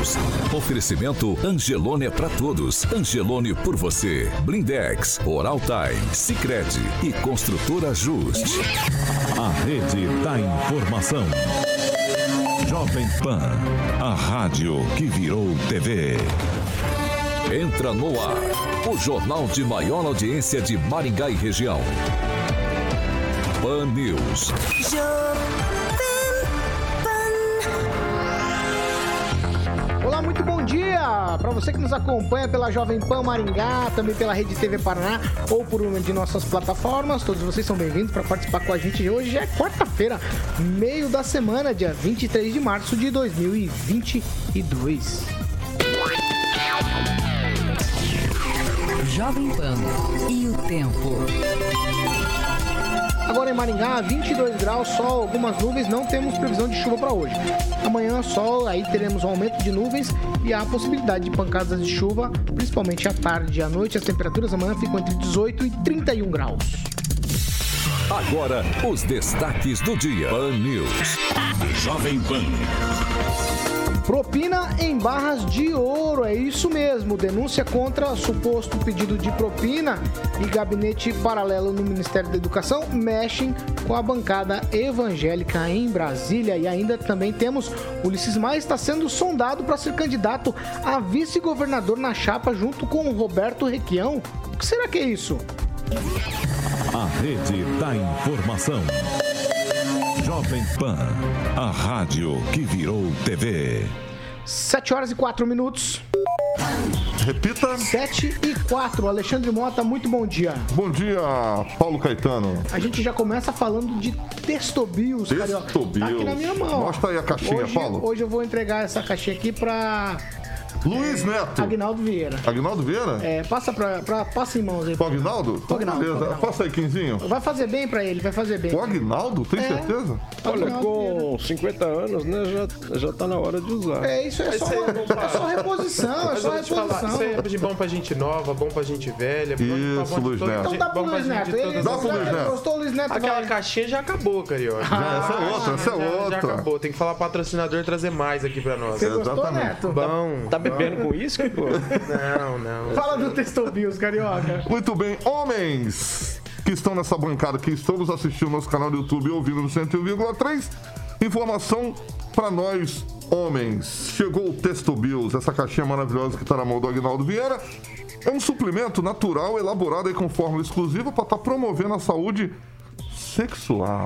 todos. Oferecimento Angelone é pra todos. Angelone por você. Blindex, Oral Time, Sicredi e Construtora Just. A Rede da Informação. Jovem Pan, a rádio que virou TV. Entra no ar, o jornal de maior audiência de Maringá e região. Pan News. Olá, muito bom dia para você que nos acompanha pela Jovem Pan Maringá, também pela Rede TV Paraná ou por uma de nossas plataformas. Todos vocês são bem-vindos para participar com a gente. Hoje é quarta-feira, meio da semana, dia 23 de março de 2022. Jovem Pan e o tempo. Agora em Maringá, 22 graus, sol, algumas nuvens, não temos previsão de chuva para hoje. Amanhã, sol, aí teremos um aumento de nuvens e há a possibilidade de pancadas de chuva, principalmente à tarde e à noite. As temperaturas amanhã ficam entre 18 e 31 graus. Agora, os destaques do dia. Pan News. Jovem Pan. Propina em barras de ouro, é isso mesmo. Denúncia contra suposto pedido de propina e gabinete paralelo no Ministério da Educação mexem com a bancada evangélica em Brasília. E ainda também temos Ulisses Maia está sendo sondado para ser candidato a vice-governador na chapa junto com o Roberto Requião. O que será que é isso? A Rede da Informação. Jovem Pan, a rádio que virou TV. 7 horas e 4 minutos. Repita. 7 e 4. Alexandre Mota, muito bom dia. Bom dia, Paulo Caetano. A gente já começa falando de Testobios, Carioca. Testobios. Tá aqui na minha mão. Mostra aí a caixinha, Paulo. Hoje eu vou entregar essa caixinha aqui pra... Luiz Neto. Aguinaldo Vieira. Aguinaldo Vieira? É, passa em mãos aí. O Aguinaldo? O Aguinaldo. Beleza. Aguinaldo. Passa aí, Quinzinho. Vai fazer bem pra ele, vai fazer bem. O Aguinaldo? Tem certeza? Olha, com 50 anos, né, já tá na hora de usar. É, isso é só reposição, é só reposição. Isso aí é de bom pra gente nova, bom pra gente velha. Isso, Luiz Neto. Então dá pro Luiz Neto. Dá pro Luiz Neto. Gostou, Luiz Neto? Aquela caixinha já acabou, Carioca. Essa é outra. Já acabou. Tem que falar patrocinador trazer mais aqui pra nós. Você gostou, Neto? Bom. Tá bebendo com uísque, pô? Não. Fala do Testobios, Carioca. Muito bem, homens que estão nessa bancada, que estamos assistindo nosso canal do YouTube e ouvindo no 101,3. Informação para nós, homens. Chegou o Testobios, essa caixinha maravilhosa que está na mão do Aguinaldo Vieira. É um suplemento natural elaborado aí com fórmula exclusiva para estar promovendo a saúde sexual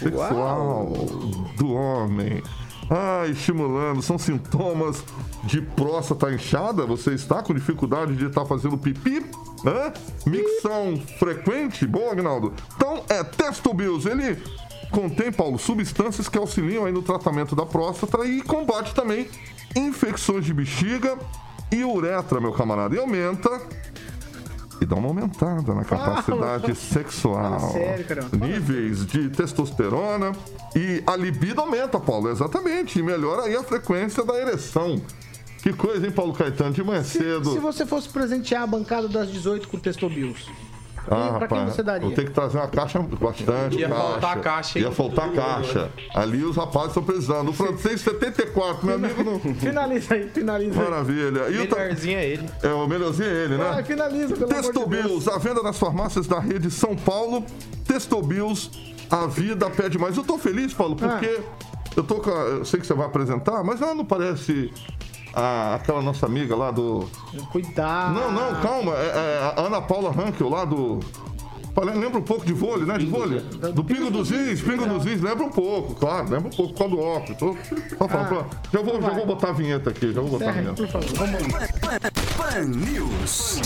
do homem. Estimulando. São sintomas de próstata inchada? Você está com dificuldade de estar fazendo pipi? Micção frequente? Bom, Aguinaldo. Então, Testobios. Ele contém, Paulo, substâncias que auxiliam aí no tratamento da próstata e combate também infecções de bexiga e uretra, meu camarada. E aumenta... E dá uma aumentada na capacidade sexual. Sério, cara. Níveis de testosterona e a libido aumenta, Paulo. Exatamente. E melhora aí a frequência da ereção. Que coisa, hein, Paulo Caetano? De manhã cedo. Se você fosse presentear a bancada das 18 com Testobios, pra quem você daria? Vou ter que trazer uma caixa bastante. Ia faltar a caixa, hein? Ia faltar a caixa. Ali os rapazes estão precisando. O francês 74, meu amigo. Não... Finaliza aí. Maravilha. O melhorzinho é ele. O melhorzinho é ele, né? Vai, finaliza, pelo amor de Testobios, Deus. a venda nas farmácias da rede São Paulo. Testobios, a vida pede mais. Eu tô feliz, Paulo, porque eu sei que você vai apresentar, mas ela não parece aquela nossa amiga lá do... Cuidado. Não, calma. A Ana Paula Rankel lá do... Lembra um pouco de vôlei, né? De vôlei. Do Pingo dos Is. Lembra um pouco, claro. Lembra um pouco por causa do óculos. Já vou botar a vinheta aqui. Por favor, vamos lá. Pan News.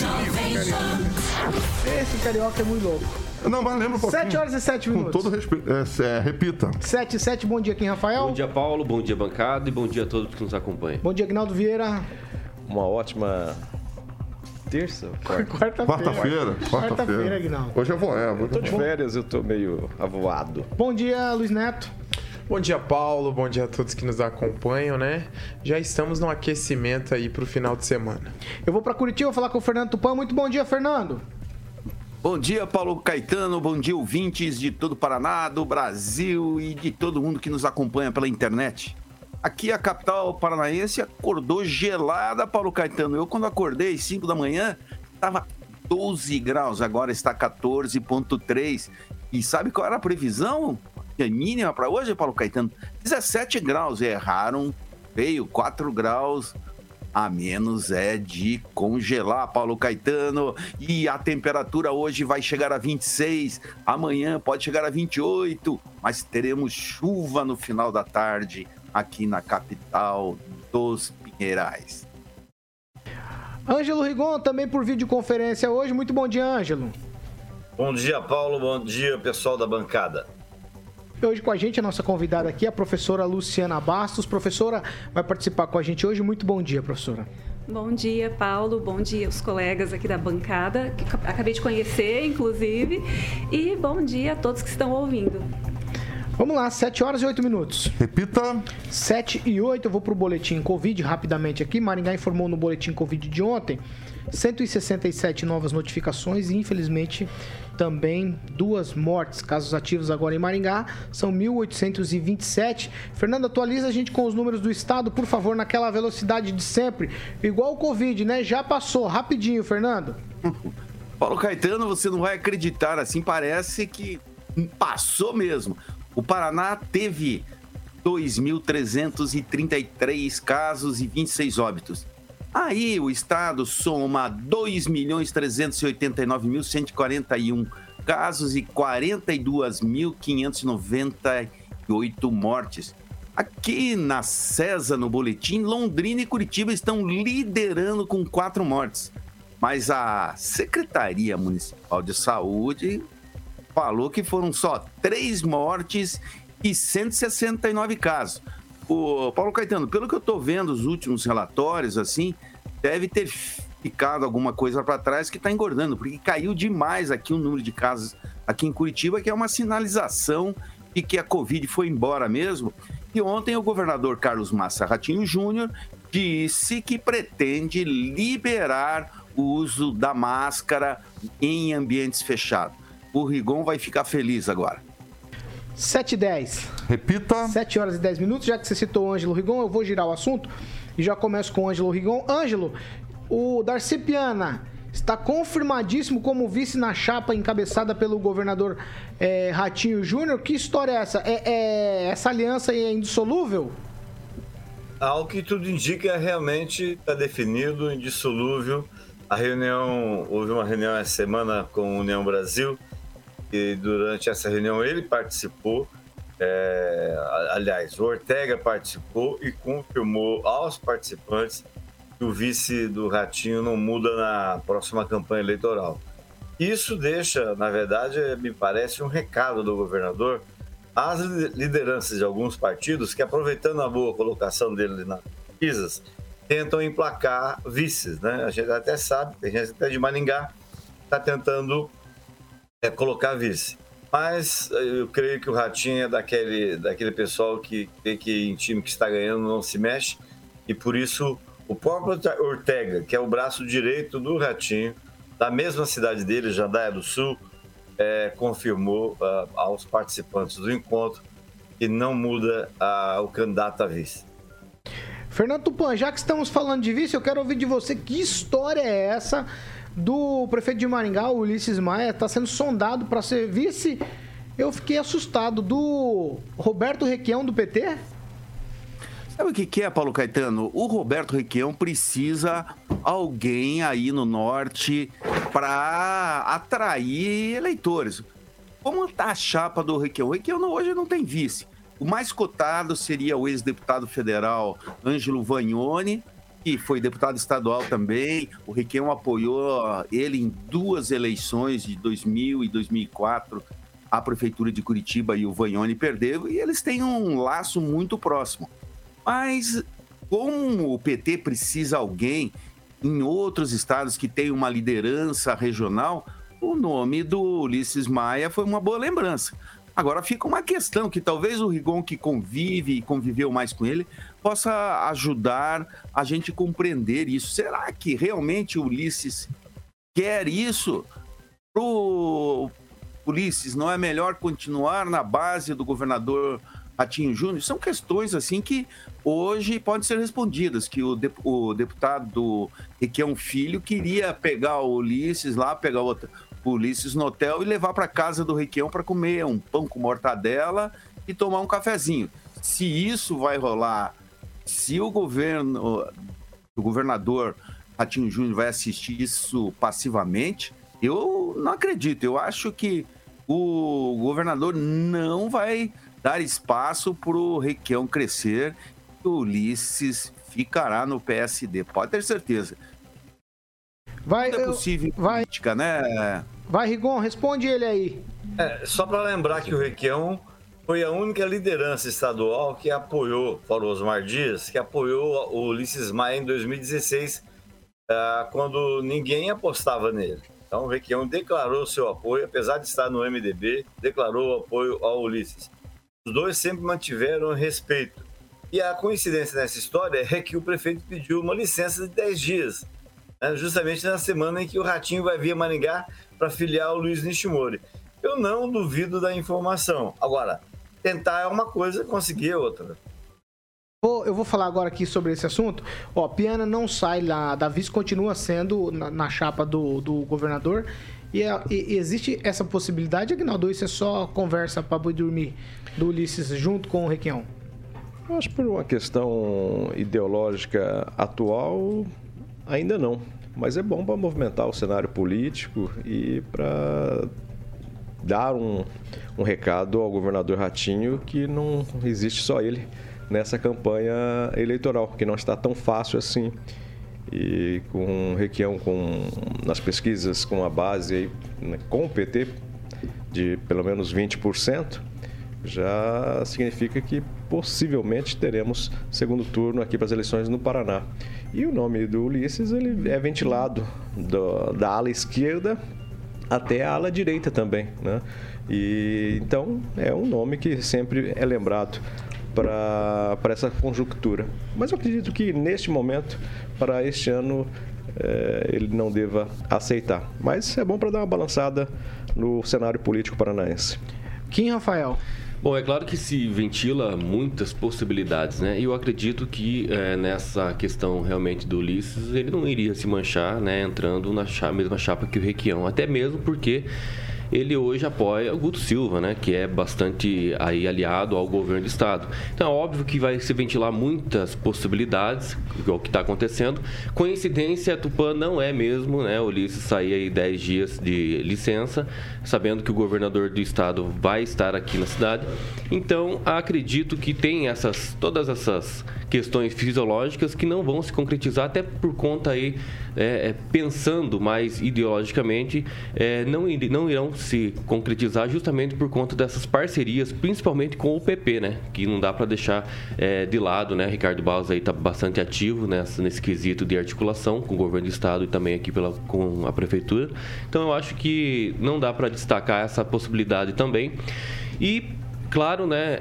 Esse Carioca é muito louco. Não, mas lembra um pouquinho. 7 horas e 7 minutos. Com todo respeito. Repita. 7 e 7, bom dia, Kim Rafael. Bom dia, Paulo. Bom dia, bancada. E bom dia a todos que nos acompanham. Bom dia, Aguinaldo Vieira. Uma ótima... terça? Quarta-feira, Aguinaldo. Hoje é voé. Tô de férias, eu tô meio avoado. Bom dia, Luiz Neto. Bom dia, Paulo. Bom dia a todos que nos acompanham, né? Já estamos no aquecimento aí pro final de semana. Eu vou pra Curitiba falar com o Fernando Tupan. Muito bom dia, Fernando. Bom dia, Paulo Caetano. Bom dia, ouvintes de todo o Paraná, do Brasil e de todo mundo que nos acompanha pela internet. Aqui a capital paranaense acordou gelada, Paulo Caetano. Eu, quando acordei, 5 da manhã, estava 12 graus, agora está 14,3. E sabe qual era a previsão mínima para hoje, Paulo Caetano? 17 graus. Erraram, veio 4 graus a menos, é de congelar, Paulo Caetano. E a temperatura hoje vai chegar a 26, amanhã pode chegar a 28, mas teremos chuva no final da tarde aqui na capital dos Pinheirais. Ângelo Rigon, também por videoconferência hoje. Muito bom dia, Ângelo. Bom dia, Paulo. Bom dia, pessoal da bancada. Hoje com a gente, a nossa convidada aqui, a professora Luciana Bastos. Professora, vai participar com a gente hoje. Muito bom dia, professora. Bom dia, Paulo. Bom dia aos colegas aqui da bancada, que acabei de conhecer, inclusive. E bom dia a todos que estão ouvindo. Vamos lá, 7 horas e 8 minutos. Repita. 7 e 8, eu vou para o boletim Covid rapidamente aqui. Maringá informou no boletim Covid de ontem 167 novas notificações e, infelizmente, também 2 mortes. Casos ativos agora em Maringá são 1.827. Fernando, atualiza a gente com os números do estado, por favor, naquela velocidade de sempre. Igual o Covid, né? Já passou. Rapidinho, Fernando. Paulo Caetano, você não vai acreditar, assim, parece que passou mesmo. O Paraná teve 2.333 casos e 26 óbitos. Aí o estado soma 2.389.141 casos e 42.598 mortes. Aqui na CESA, no boletim, Londrina e Curitiba estão liderando com 4 mortes. Mas a Secretaria Municipal de Saúde falou que foram só 3 mortes e 169 casos. O Paulo Caetano, pelo que eu estou vendo os últimos relatórios, assim, deve ter ficado alguma coisa para trás que está engordando, porque caiu demais aqui o número de casos aqui em Curitiba, que é uma sinalização de que a Covid foi embora mesmo. E ontem o governador Carlos Massa Ratinho Júnior disse que pretende liberar o uso da máscara em ambientes fechados. O Rigon vai ficar feliz agora. 7h10. Repita. 7 horas e 10 minutos. Já que você citou o Ângelo Rigon, eu vou girar o assunto e já começo com o Ângelo Rigon. Ângelo, o Darcy Piana está confirmadíssimo como vice na chapa encabeçada pelo governador Ratinho Júnior. Que história é essa? Essa aliança é indissolúvel? Ao que tudo indica, realmente está definido, indissolúvel. Houve uma reunião essa semana com a União Brasil, e durante essa reunião ele participou, aliás, o Ortega participou e confirmou aos participantes que o vice do Ratinho não muda na próxima campanha eleitoral. Isso deixa, na verdade, me parece um recado do governador às lideranças de alguns partidos que, aproveitando a boa colocação dele nas pesquisas, tentam emplacar vices, né? A gente até sabe, tem gente até de Maringá está tentando colocar vice. Mas eu creio que o Ratinho é daquele pessoal que vê que em time que está ganhando não se mexe, e por isso o próprio Ortega, que é o braço direito do Ratinho, da mesma cidade dele, Jandaia do Sul, confirmou aos participantes do encontro que não muda o candidato a vice. Fernando Tupan, já que estamos falando de vice, eu quero ouvir de você que história é essa do prefeito de Maringá, o Ulisses Maia, está sendo sondado para ser vice. Eu fiquei assustado. Do Roberto Requião, do PT? Sabe o que é, Paulo Caetano? O Roberto Requião precisa alguém aí no norte para atrair eleitores. Como está a chapa do Requião? O Requião hoje não tem vice. O mais cotado seria o ex-deputado federal Ângelo Vagnoni, que foi deputado estadual também. O Requião apoiou ele em 2 eleições de 2000 e 2004. A Prefeitura de Curitiba e o Vagnoni perderam, e eles têm um laço muito próximo. Mas como o PT precisa de alguém em outros estados que tem uma liderança regional, o nome do Ulisses Maia foi uma boa lembrança. Agora fica uma questão que talvez o Rigon, que convive e conviveu mais com ele, possa ajudar a gente a compreender isso. Será que realmente o Ulisses quer isso? Pro Ulisses, não é melhor continuar na base do governador Ratinho Júnior, são questões assim que hoje podem ser respondidas, que o deputado Requião Filho queria pegar o Ulisses lá, pegar o Ulisses no hotel e levar para casa do Requião para comer um pão com mortadela e tomar um cafezinho. Se isso vai rolar, se o governador Ratinho Júnior vai assistir isso passivamente, eu não acredito. Eu acho que o governador não vai dar espaço para o Requião crescer e o Ulisses ficará no PSD. Pode ter certeza. Vai, é possível política, né? Vai, Rigon, responde ele aí. Só para lembrar que o Requião foi a única liderança estadual que apoiou, fora o Osmar Dias, que apoiou o Ulisses Maia em 2016, quando ninguém apostava nele. Então o Requião declarou seu apoio, apesar de estar no MDB, declarou o apoio ao Ulisses. Os dois sempre mantiveram respeito. E a coincidência nessa história é que o prefeito pediu uma licença de 10 dias, né, justamente na semana em que o Ratinho vai vir a Maringá para filiar o Luiz Nishimori. Eu não duvido da informação. Agora, tentar é uma coisa, conseguir é outra. Eu vou falar agora aqui sobre esse assunto. Piana não sai lá, Davi continua sendo na chapa do governador. E existe essa possibilidade, Aguinaldo? Isso é só conversa para boi dormir do Ulisses junto com o Requião? Eu acho que por uma questão ideológica atual, ainda não. Mas é bom para movimentar o cenário político e para dar um recado ao governador Ratinho que não existe só ele nessa campanha eleitoral, que não está tão fácil assim. E com o Requião, nas pesquisas, com a base aí, né, com o PT de pelo menos 20%, já significa que possivelmente teremos segundo turno aqui para as eleições no Paraná. E o nome do Ulisses ele é ventilado da ala esquerda até a ala direita também, né? E então é um nome que sempre é lembrado para essa conjuntura. Mas eu acredito que neste momento, para este ano, ele não deva aceitar. Mas é bom para dar uma balançada no cenário político paranaense. Kim Rafael. Bom, é claro que se ventila muitas possibilidades, né? E eu acredito que nessa questão realmente do Ulisses, ele não iria se manchar, né? Entrando na mesma chapa que o Requião. Até mesmo porque ele hoje apoia o Guto Silva, né, que é bastante aí aliado ao governo do estado. Então, é óbvio que vai se ventilar muitas possibilidades, o que está acontecendo. Coincidência, Tupã não é mesmo, né, o Ulisses sair aí 10 dias de licença, sabendo que o governador do estado vai estar aqui na cidade. Então, acredito que tem todas essas questões fisiológicas que não vão se concretizar, até por conta aí, pensando mais ideologicamente, não irão se concretizar justamente por conta dessas parcerias, principalmente com o PP, né? Que não dá para deixar de lado, né? Ricardo Barros aí está bastante ativo nesse quesito de articulação com o governo do estado e também aqui com a prefeitura. Então eu acho que não dá para destacar essa possibilidade também. E claro, né,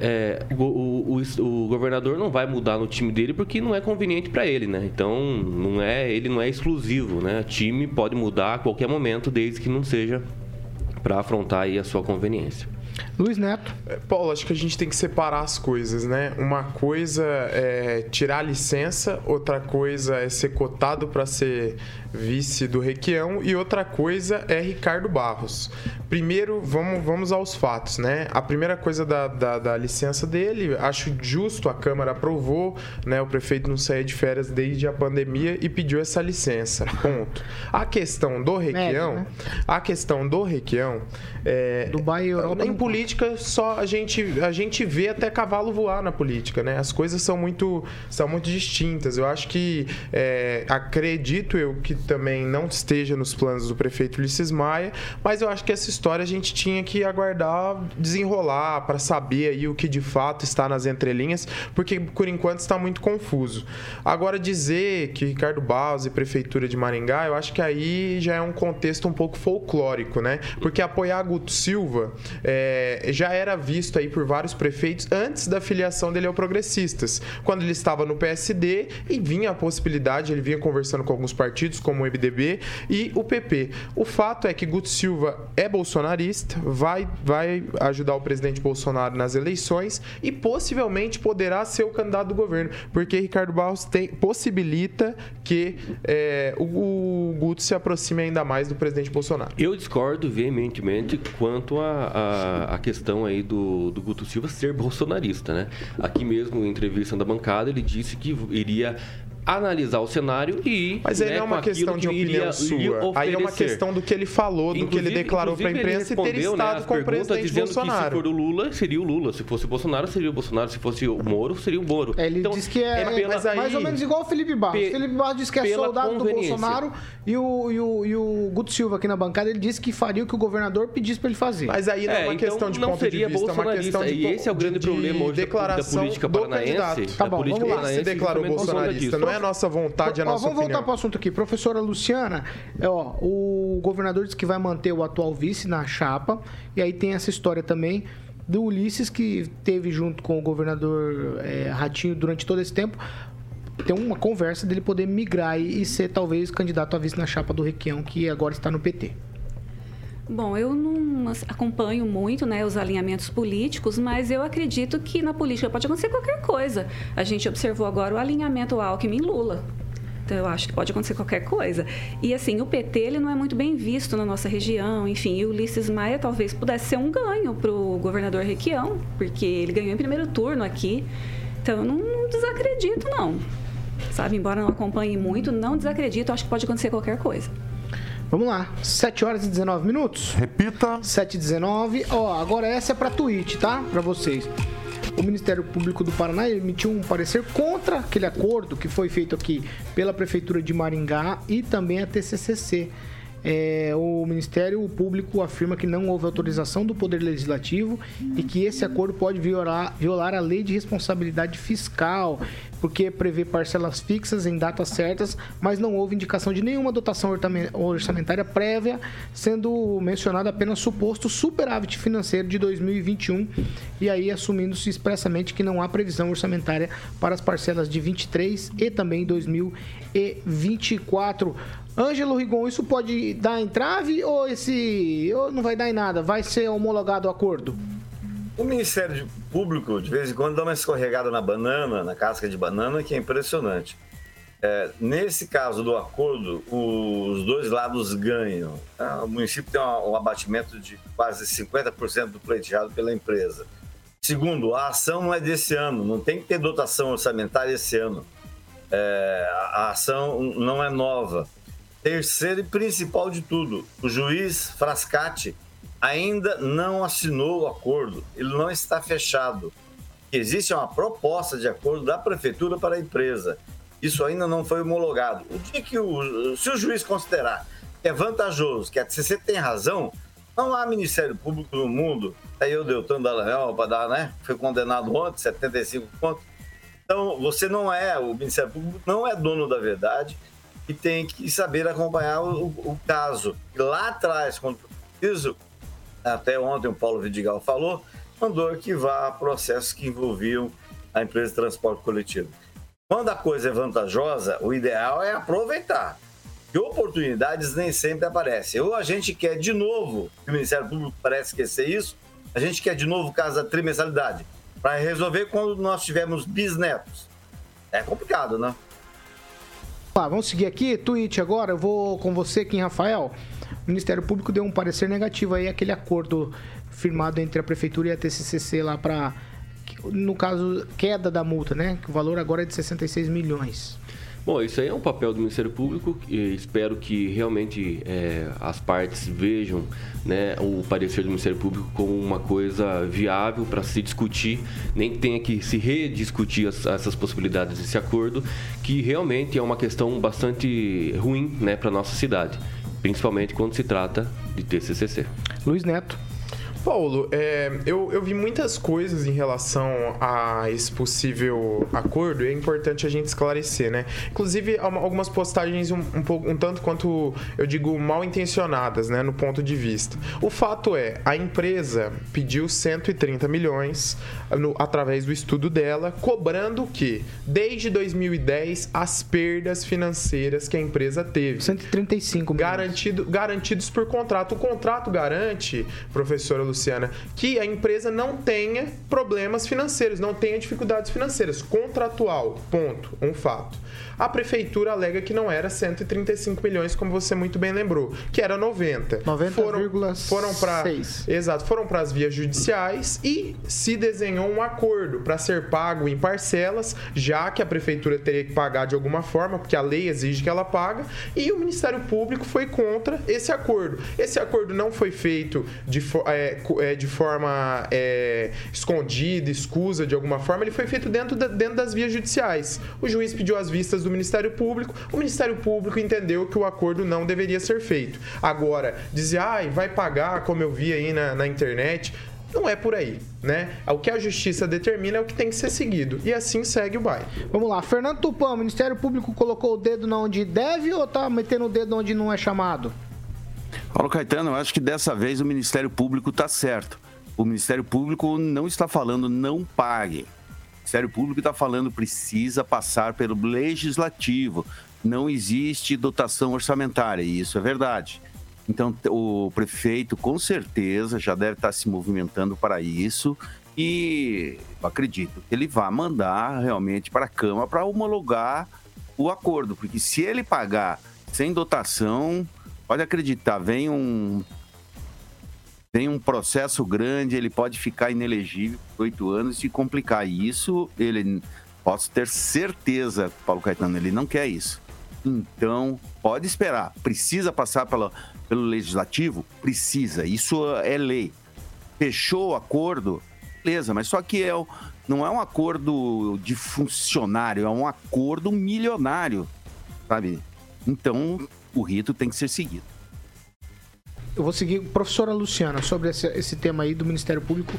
o governador não vai mudar no time dele porque não é conveniente para ele, né? Então, ele não é exclusivo, né? O time pode mudar a qualquer momento, desde que não seja para afrontar aí a sua conveniência. Luiz Neto. Paulo, acho que a gente tem que separar as coisas, né? Uma coisa é tirar a licença, outra coisa é ser cotado para ser vice do Requião e outra coisa é Ricardo Barros. Primeiro, vamos aos fatos, né? A primeira coisa da licença dele, acho justo, a Câmara aprovou, né? O prefeito não saía de férias desde a pandemia e pediu essa licença, ponto. A questão do Requião, Dubai e Europa em política só a gente vê até cavalo voar na política, né? As coisas são muito distintas. Eu acho que acredito eu que também não esteja nos planos do prefeito Ulisses Maia, mas eu acho que essa história a gente tinha que aguardar desenrolar para saber aí o que de fato está nas entrelinhas, porque por enquanto está muito confuso. Agora dizer que Ricardo Barros e prefeitura de Maringá, eu acho que aí já é um contexto um pouco folclórico, né? Porque apoiar Guto Silva já era visto aí por vários prefeitos antes da filiação dele ao Progressistas, quando ele estava no PSD e vinha a possibilidade, ele vinha conversando com alguns partidos como o MDB e o PP. O fato é que Guto Silva é bolsonarista, bolsonarista, vai ajudar o presidente Bolsonaro nas eleições e possivelmente poderá ser o candidato do governo, porque Ricardo Barros possibilita que o Guto se aproxime ainda mais do presidente Bolsonaro. Eu discordo veementemente quanto à questão aí do Guto Silva ser bolsonarista, né? Aqui mesmo, em entrevista da bancada, ele disse que iria analisar o cenário e... Mas aí não é uma questão de opinião sua. Aí é uma questão do que ele falou, do que ele declarou para a imprensa e ter estado com o presidente Bolsonaro. Que se for o Lula, seria o Lula. Se fosse o Bolsonaro, seria o Bolsonaro. Se fosse o Moro, seria o Moro. Ele diz que mais ou menos igual o Felipe Barros. O Felipe Barros disse que é soldado do Bolsonaro e o Guto Silva aqui na bancada, ele disse que faria o que o governador pedisse para ele fazer. Mas aí não é uma questão de ponto de vista, é uma questão de... E esse é o grande problema hoje da política paranaense. Tá bom, vamos lá. Se declarou bolsonarista, não é a nossa vontade, a nossa opinião. Vamos voltar para o assunto aqui. Professora Luciana, o governador disse que vai manter o atual vice na chapa, e aí tem essa história também do Ulisses, que teve junto com o governador Ratinho durante todo esse tempo, tem uma conversa dele poder migrar e ser talvez candidato a vice na chapa do Requião, que agora está no PT. Bom, eu não acompanho muito, né, os alinhamentos políticos, mas eu acredito que na política pode acontecer qualquer coisa. A gente observou agora o alinhamento Alckmin-Lula. Então, eu acho que pode acontecer qualquer coisa. E, assim, o PT, ele não é muito bem visto na nossa região. Enfim, e o Ulisses Maia talvez pudesse ser um ganho para o governador Requião, porque ele ganhou em primeiro turno aqui. Então, eu não desacredito, não. Sabe, embora não acompanhe muito, não desacredito. Acho que pode acontecer qualquer coisa. Vamos lá, 7 horas e 19 minutos. Repita. 7h19. Agora essa é para tweet, tá? Para vocês. O Ministério Público do Paraná emitiu um parecer contra aquele acordo que foi feito aqui pela Prefeitura de Maringá e também a TCCC. O Ministério Público afirma que não houve autorização do Poder Legislativo e que esse acordo pode violar a Lei de Responsabilidade Fiscal, porque prevê parcelas fixas em datas certas, mas não houve indicação de nenhuma dotação orçamentária prévia, sendo mencionado apenas suposto superávit financeiro de 2021, e aí assumindo-se expressamente que não há previsão orçamentária para as parcelas de 23 e também 2024. Ângelo Rigon, isso pode dar entrave ou não vai dar em nada? Vai ser homologado o acordo? O Ministério Público, de vez em quando, dá uma escorregada na banana, na casca de banana, que é impressionante. Nesse caso do acordo, os dois lados ganham. O município tem um abatimento de quase 50% do pleiteado pela empresa. Segundo, a ação não é desse ano, não tem que ter dotação orçamentária esse ano. A ação não é nova. Terceiro e principal de tudo, o juiz Frascati ainda não assinou o acordo, ele não está fechado. Existe uma proposta de acordo da Prefeitura para a empresa, isso ainda não foi homologado. O dia que se o juiz considerar que é vantajoso, que a TCC tem razão, não há Ministério Público no mundo, aí o Deltan Dallagnol para dar, né? Foi condenado ontem, 75 pontos. Então, o Ministério Público não é dono da verdade, e tem que saber acompanhar o caso. E lá atrás, quando preciso, até ontem o Paulo Vidigal falou, mandou arquivar processos que envolviam a empresa de transporte coletivo. Quando a coisa é vantajosa, o ideal é aproveitar. E oportunidades nem sempre aparecem. Ou a gente quer de novo, o Ministério Público parece esquecer isso, a gente quer de novo o caso da trimestralidade, para resolver quando nós tivermos bisnetos. É complicado, né? Vamos seguir aqui, tweet agora, eu vou com você, Kim Rafael. O Ministério Público deu um parecer negativo aí, aquele acordo firmado entre a Prefeitura e a TCCC lá para, no caso, queda da multa, né? Que o valor agora é de 66 milhões. Bom, isso aí é um papel do Ministério Público e espero que realmente as partes vejam, né, o parecer do Ministério Público como uma coisa viável para se discutir, nem que tenha que se rediscutir essas possibilidades desse acordo, que realmente é uma questão bastante ruim, né, para a nossa cidade, principalmente quando se trata de TCCC. Luiz Neto. Paulo, eu vi muitas coisas em relação a esse possível acordo e é importante a gente esclarecer, né? Inclusive, algumas postagens um tanto quanto, eu digo, mal intencionadas, né, no ponto de vista. O fato é, a empresa pediu 130 milhões através do estudo dela, cobrando que, desde 2010, as perdas financeiras que a empresa teve. 135 milhões. Garantidos por contrato. O contrato garante, professora Luciana, que a empresa não tenha problemas financeiros, não tenha dificuldades financeiras. Contratual, ponto, um fato. A prefeitura alega que não era 135 milhões, como você muito bem lembrou, que era 90. 90,6. Exato, foram para as vias judiciais e se desenhou um acordo para ser pago em parcelas, já que a prefeitura teria que pagar de alguma forma, porque a lei exige que ela pague, e o Ministério Público foi contra esse acordo. Esse acordo não foi feito de forma escondida, escusa de alguma forma, ele foi feito dentro das vias judiciais. O juiz pediu as vistas do Ministério Público, o Ministério Público entendeu que o acordo não deveria ser feito. Agora, dizer, vai pagar, como eu vi aí na internet, não é por aí, né? O que a justiça determina é o que tem que ser seguido. E assim segue o baile. Vamos lá. Fernando Tupan, o Ministério Público colocou o dedo onde deve ou tá metendo o dedo onde não é chamado? Paulo Caetano, eu acho que dessa vez o Ministério Público está certo. O Ministério Público não está falando não pague. O Ministério Público está falando precisa passar pelo Legislativo. Não existe dotação orçamentária, e isso é verdade. Então, o prefeito, com certeza, já deve estar se movimentando para isso e eu acredito que ele vai mandar realmente para a Câmara para homologar o acordo, porque se ele pagar sem dotação, pode acreditar, vem um processo grande, ele pode ficar inelegível por 8 anos e complicar. E isso, posso ter certeza, Paulo Caetano, ele não quer isso. Então, pode esperar. Precisa passar pelo Legislativo? Precisa. Isso é lei. Fechou o acordo? Beleza, mas só que não é um acordo de funcionário, é um acordo milionário, sabe? Então, o rito tem que ser seguido. Eu vou seguir, professora Luciana, sobre esse tema aí do Ministério Público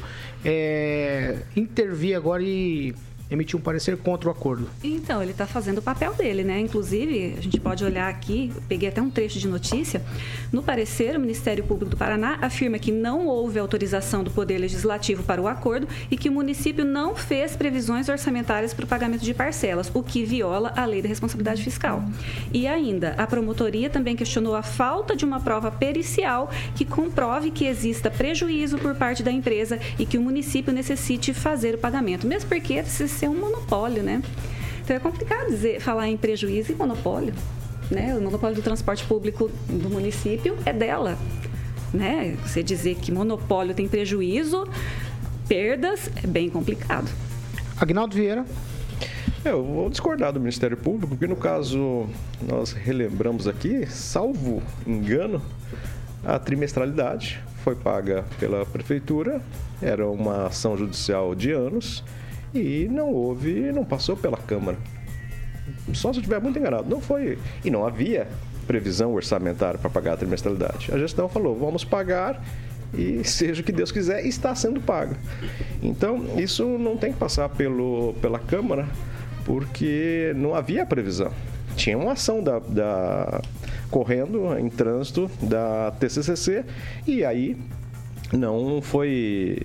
intervir agora e emitir um parecer contra o acordo. Então, ele está fazendo o papel dele, né? Inclusive, a gente pode olhar aqui, eu peguei até um trecho de notícia, no parecer, o Ministério Público do Paraná afirma que não houve autorização do Poder Legislativo para o acordo e que o município não fez previsões orçamentárias para o pagamento de parcelas, o que viola a Lei da Responsabilidade Fiscal. E ainda, a promotoria também questionou a falta de uma prova pericial que comprove que exista prejuízo por parte da empresa e que o município necessite fazer o pagamento, mesmo porque ser um monopólio, né? Então é complicado falar em prejuízo e monopólio, né? O monopólio do transporte público do município é dela, né? Você dizer que monopólio tem prejuízo, perdas, é bem complicado. Aguinaldo Vieira. Eu vou discordar do Ministério Público, porque no caso, nós relembramos aqui, salvo engano, a trimestralidade foi paga pela Prefeitura, era uma ação judicial de anos, e não passou pela Câmara. Só se eu estiver muito enganado, não foi. E não havia previsão orçamentária para pagar a trimestralidade. A gestão falou, vamos pagar e seja o que Deus quiser, está sendo pago. Então, isso não tem que passar pela Câmara, porque não havia previsão. Tinha uma ação correndo em trânsito da TCCC e aí não foi...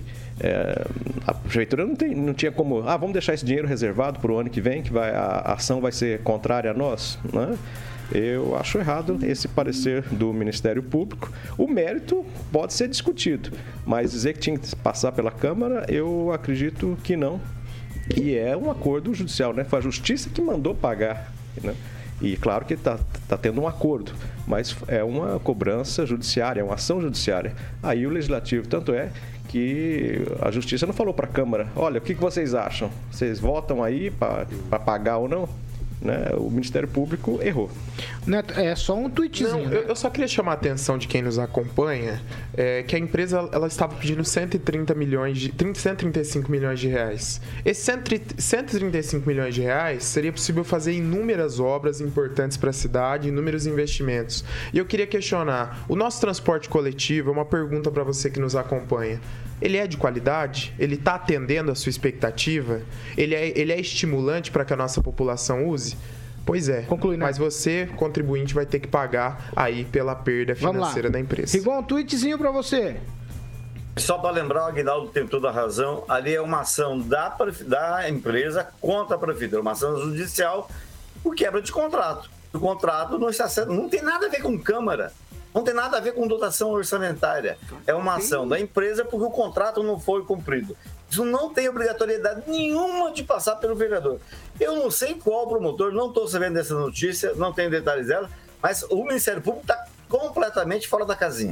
a prefeitura não tinha como... vamos deixar esse dinheiro reservado para o ano que vem, que a ação vai ser contrária a nós, né? Eu acho errado esse parecer do Ministério Público. O mérito pode ser discutido, mas dizer que tinha que passar pela Câmara, eu acredito que não. E é um acordo judicial, né? Foi a Justiça que mandou pagar, né? E claro que está tendo um acordo, mas é uma cobrança judiciária, é uma ação judiciária. Aí o Legislativo, tanto é que a Justiça não falou para a Câmara, olha, o que vocês acham? Vocês votam aí para pagar ou não? né? O Ministério Público errou. Neto, é só um tweetzinho. Não, eu só queria chamar a atenção de quem nos acompanha, que a empresa ela estava pedindo 135 milhões de reais. Esses 135 milhões de reais seria possível fazer inúmeras obras importantes para a cidade, inúmeros investimentos. E eu queria questionar, o nosso transporte coletivo, é uma pergunta para você que nos acompanha. Ele é de qualidade? Ele está atendendo a sua expectativa? Ele é estimulante para que a nossa população use? Pois é. Conclui, né? Mas você, contribuinte, vai ter que pagar aí pela perda financeira da empresa. Igual um tweetzinho para você. Só para lembrar, o Aguinaldo tem toda a razão. Ali é uma ação da empresa contra a prefeitura. Uma ação judicial por quebra de contrato. O contrato não tem nada a ver com Câmara. Não tem nada a ver com dotação orçamentária. É uma ação da empresa porque o contrato não foi cumprido. Isso não tem obrigatoriedade nenhuma de passar pelo vereador. Eu não sei qual promotor, não estou sabendo dessa notícia, não tenho detalhes dela, mas o Ministério Público está completamente fora da casinha.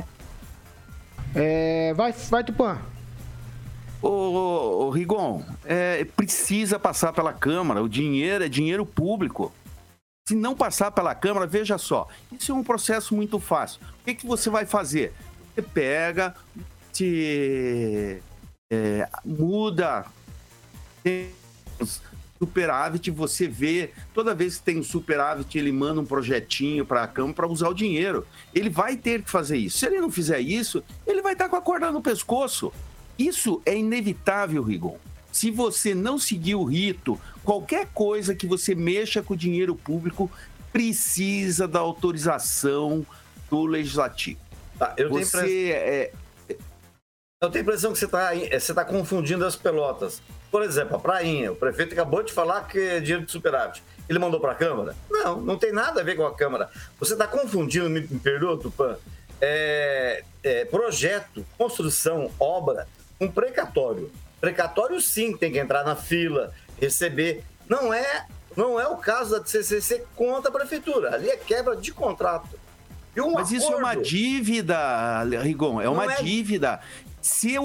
Vai Tupã. Ô Rigon, precisa passar pela Câmara, o dinheiro é dinheiro público. Se não passar pela Câmara, veja só, isso é um processo muito fácil. O que você vai fazer? Você pega, muda, tem superávit, você vê, toda vez que tem um superávit, ele manda um projetinho para a Câmara para usar o dinheiro. Ele vai ter que fazer isso. Se ele não fizer isso, ele vai estar com a corda no pescoço. Isso é inevitável, Rigon. Se você não seguir o rito, qualquer coisa que você mexa com o dinheiro público precisa da autorização do Legislativo. Tá, eu tenho a impressão que você está confundindo as pelotas. Por exemplo, a Prainha, o prefeito acabou de falar que é dinheiro de superávit. Ele mandou para a Câmara? Não tem nada a ver com a Câmara. Você está confundindo, me perdoa, Tupã, projeto, construção, obra, um precatório. Precatório, sim, tem que entrar na fila, receber. Não é o caso da CCC contra a prefeitura. Ali é quebra de contrato. Mas isso é uma dívida, Rigon, é uma dívida. Se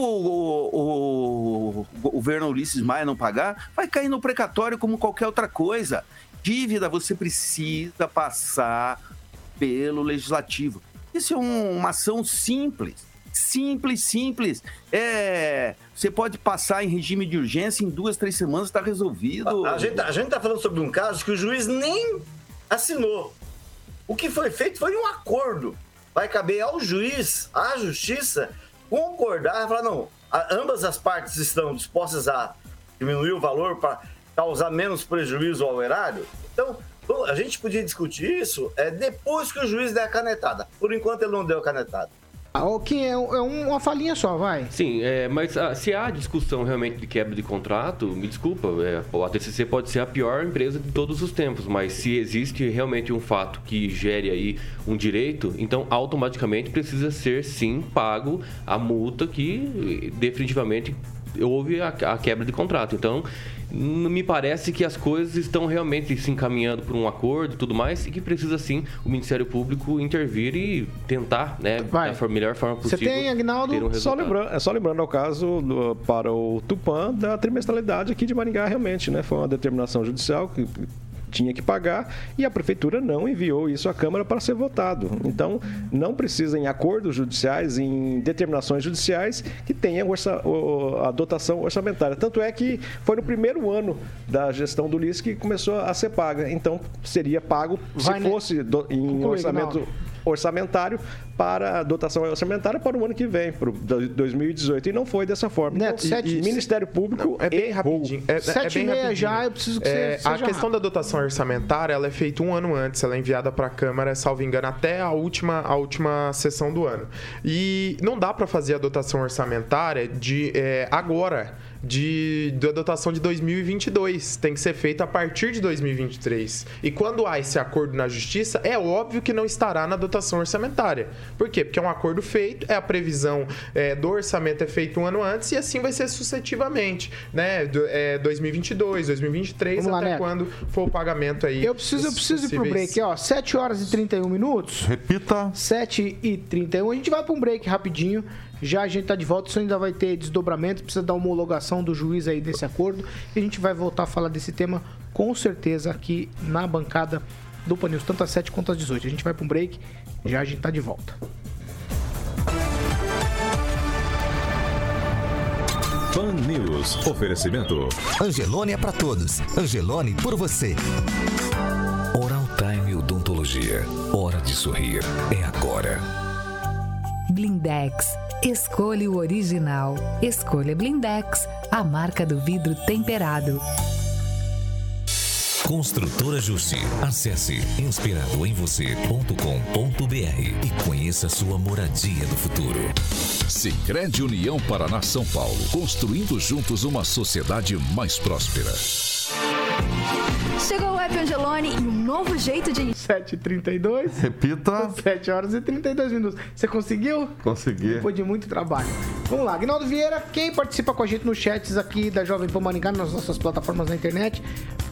o governo Ulisses Maia não pagar, vai cair no precatório como qualquer outra coisa. Dívida você precisa passar pelo Legislativo. Isso é uma ação simples. Simples. Você pode passar em regime de urgência, em 2-3 semanas está resolvido. A gente está falando sobre um caso que o juiz nem assinou. O que foi feito foi um acordo. Vai caber ao juiz, à justiça, concordar e falar, não, ambas as partes estão dispostas a diminuir o valor para causar menos prejuízo ao erário. Então, a gente podia discutir isso depois que o juiz der a canetada. Por enquanto, ele não deu a canetada. Ok, é uma falinha só, vai. Sim, mas se há discussão realmente de quebra de contrato, me desculpa, a TCC pode ser a pior empresa de todos os tempos, mas se existe realmente um fato que gere aí um direito, então automaticamente precisa ser sim pago a multa que definitivamente houve a quebra de contrato. Então, me parece que as coisas estão realmente se encaminhando por um acordo e tudo mais, e que precisa sim o Ministério Público intervir e tentar, né, da melhor forma possível. Você tem, Aguinaldo? Ter um resultado. Só lembrando ao caso para o Tupã da trimestralidade aqui de Maringá, realmente, né? Foi uma determinação judicial que tinha que pagar e a prefeitura não enviou isso à Câmara para ser votado. Então, não precisa em acordos judiciais, em determinações judiciais que tenha a dotação orçamentária. Tanto é que foi no primeiro ano da gestão do Ulisses que começou a ser paga. Então, seria pago se fosse em orçamento orçamentário para a dotação orçamentária para o ano que vem, para 2018. E não foi dessa forma. Neto, então, o Ministério Público é bem rapidinho. 7h30 já, eu preciso que você a questão da dotação orçamentária, ela é feita um ano antes, ela é enviada para a Câmara, salvo engano, até a última sessão do ano. E não dá para fazer a dotação orçamentária agora, da dotação de 2022. Tem que ser feita a partir de 2023. E quando há esse acordo na Justiça, é óbvio que não estará na dotação orçamentária. Por quê? Porque é um acordo feito, a previsão do orçamento é feito um ano antes e assim vai ser sucessivamente, né? 2022, 2023, Vamos lá, até quando for o pagamento aí. Eu preciso ir pro break, ó. 7 horas e 31 minutos. Repita. 7h31. A gente vai para um break rapidinho. Já a gente tá de volta, isso ainda vai ter desdobramento, precisa da homologação do juiz aí desse acordo. E a gente vai voltar a falar desse tema com certeza aqui na bancada do Pan News, tanto às 7 quanto às 18. A gente vai para um break, já a gente tá de volta. Pan News. Oferecimento. Angelone é pra todos. Angelone por você. Oral Time Odontologia. Hora de sorrir. É agora. Blindex. Escolha o original. Escolha Blindex, a marca do vidro temperado. Construtora Justi. Acesse inspiradoemvocê.com.br e conheça sua moradia do futuro. Sicredi União Paraná São Paulo. Construindo juntos uma sociedade mais próspera. Chegou o app Angelone e um novo jeito de... 7h32. Repita. 7 horas e 32 minutos. Você conseguiu? Consegui. Depois de muito trabalho. Vamos lá, Aguinaldo Vieira, quem participa com a gente nos chats aqui da Jovem Pan Maringá, nas nossas plataformas na internet,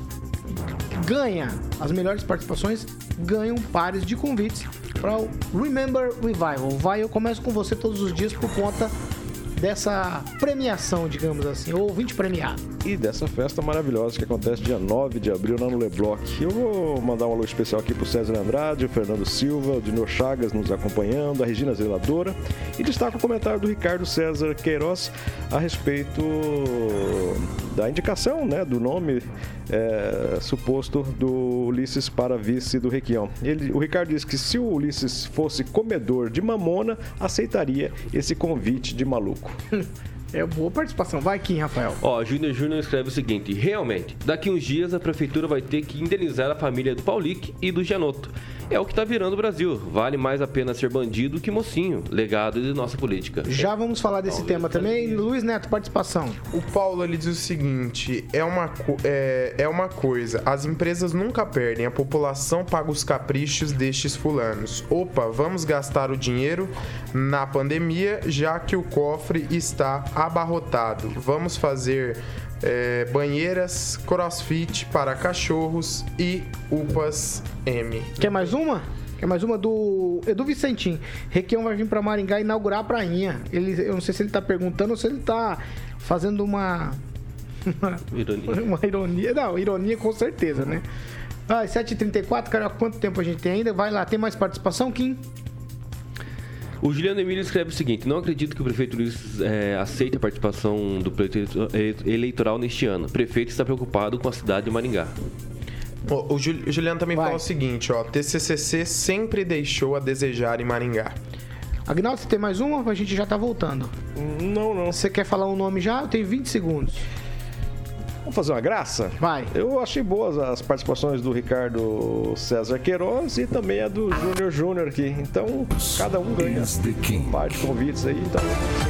ganha as melhores participações, ganham pares de convites para o Remember Revival. Eu começo com você todos os dias por conta dessa premiação, digamos assim, ou ouvinte premiado. E dessa festa maravilhosa que acontece dia 9 de abril lá no Lebloc. Eu vou mandar um alô especial aqui pro César Andrade, o Fernando Silva, o Dinor Chagas nos acompanhando, a Regina Zeladora, e destaco o comentário do Ricardo César Queiroz a respeito da indicação, né, do nome suposto do Ulisses para vice do Requião. O Ricardo disse que se o Ulisses fosse comedor de mamona, aceitaria esse convite de maluco. É boa participação. Vai, Kim, Rafael. Júnior escreve o seguinte: realmente, daqui uns dias a prefeitura vai ter que indenizar a família do Paulic e do Gianotto. É o que tá virando o Brasil. Vale mais a pena ser bandido que mocinho. Legado de nossa política. Já vamos falar desse tema também. Luiz Neto, participação. O Paulo, ele diz o seguinte: é uma coisa, as empresas nunca perdem, a população paga os caprichos destes fulanos. Opa, vamos gastar o dinheiro na pandemia, já que o cofre está abarrotado. Vamos fazer banheiras crossfit para cachorros e UPAs M. Quer mais uma? Quer mais uma do Edu Vicentim. Requião vai vir para Maringá inaugurar a prainha. Eu não sei se ele tá perguntando ou se ele tá fazendo uma ironia. Uma ironia. Não, ironia com certeza, né? 7h34, cara, quanto tempo a gente tem ainda? Vai lá, tem mais participação, Kim? O Juliano Emílio escreve o seguinte: não acredito que o prefeito Ulisses aceite a participação do pleito eleitoral neste ano. O prefeito está preocupado com a cidade de Maringá. O Juliano também fala o seguinte, TCCC sempre deixou a desejar em Maringá. Aguinaldo, você tem mais uma? A gente já tá voltando. Não. Você quer falar um nome já? Eu tenho 20 segundos. Vamos fazer uma graça? Vai. Eu achei boas as participações do Ricardo César Queiroz e também a do Júnior aqui. Então, cada um ganha um par de convites aí. Então,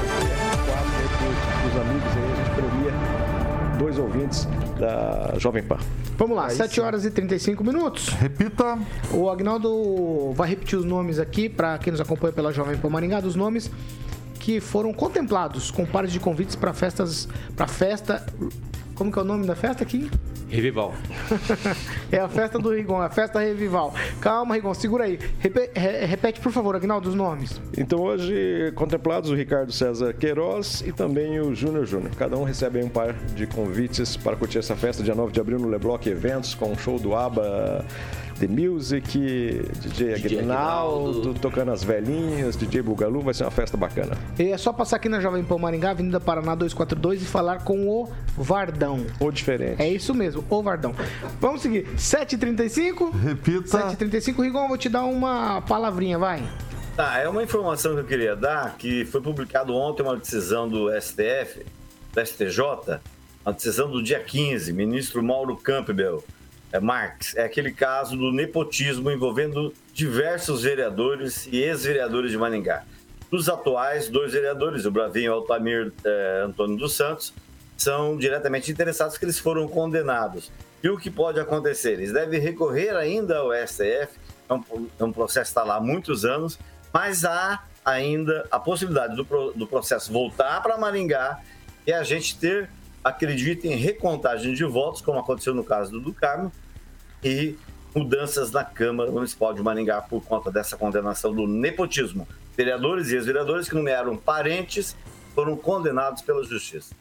os amigos aí, a gente premia 2 ouvintes da Jovem Pan. Vamos lá, 7 horas e 35 minutos. Repita. O Aguinaldo vai repetir os nomes aqui, para quem nos acompanha pela Jovem Pan Maringá, dos nomes que foram contemplados com pares de convites para festa... Como que é o nome da festa aqui? Revival. É a festa do Rigon, a festa Revival. Calma, Rigon, segura aí. Repete, por favor, Aguinaldo, os nomes. Então, hoje, contemplados o Ricardo César Queiroz e também o Júnior. Cada um recebe aí um par de convites para curtir essa festa, dia 9 de abril, no Lebloc Eventos, com um show do ABBA, The Music, DJ Aguinaldo, tocando as velhinhas, DJ Bugalu, vai ser uma festa bacana. E é só passar aqui na Jovem Pan Maringá, Avenida Paraná 242 e falar com o Vardão. Ou diferente. É isso mesmo, o Vardão. Vamos seguir. 7h35? Repita. 7h35, Rigon, eu vou te dar uma palavrinha, vai. Tá, é uma informação que eu queria dar, que foi publicado ontem uma decisão do STF, do STJ, uma decisão do dia 15, ministro Mauro Campbell Marques, é aquele caso do nepotismo envolvendo diversos vereadores e ex-vereadores de Maringá. Dos atuais, 2 vereadores, o Bravinho e o Altamir Antônio dos Santos, são diretamente interessados que eles foram condenados. E o que pode acontecer? Eles devem recorrer ainda ao STF, é um processo que está lá há muitos anos, mas há ainda a possibilidade do processo voltar para Maringá e a gente ter, acreditem, recontagem de votos, como aconteceu no caso do Carmo, e mudanças na Câmara Municipal de Maringá por conta dessa condenação do nepotismo. vereadores e ex-vereadores que nomearam parentes foram condenados pela justiça.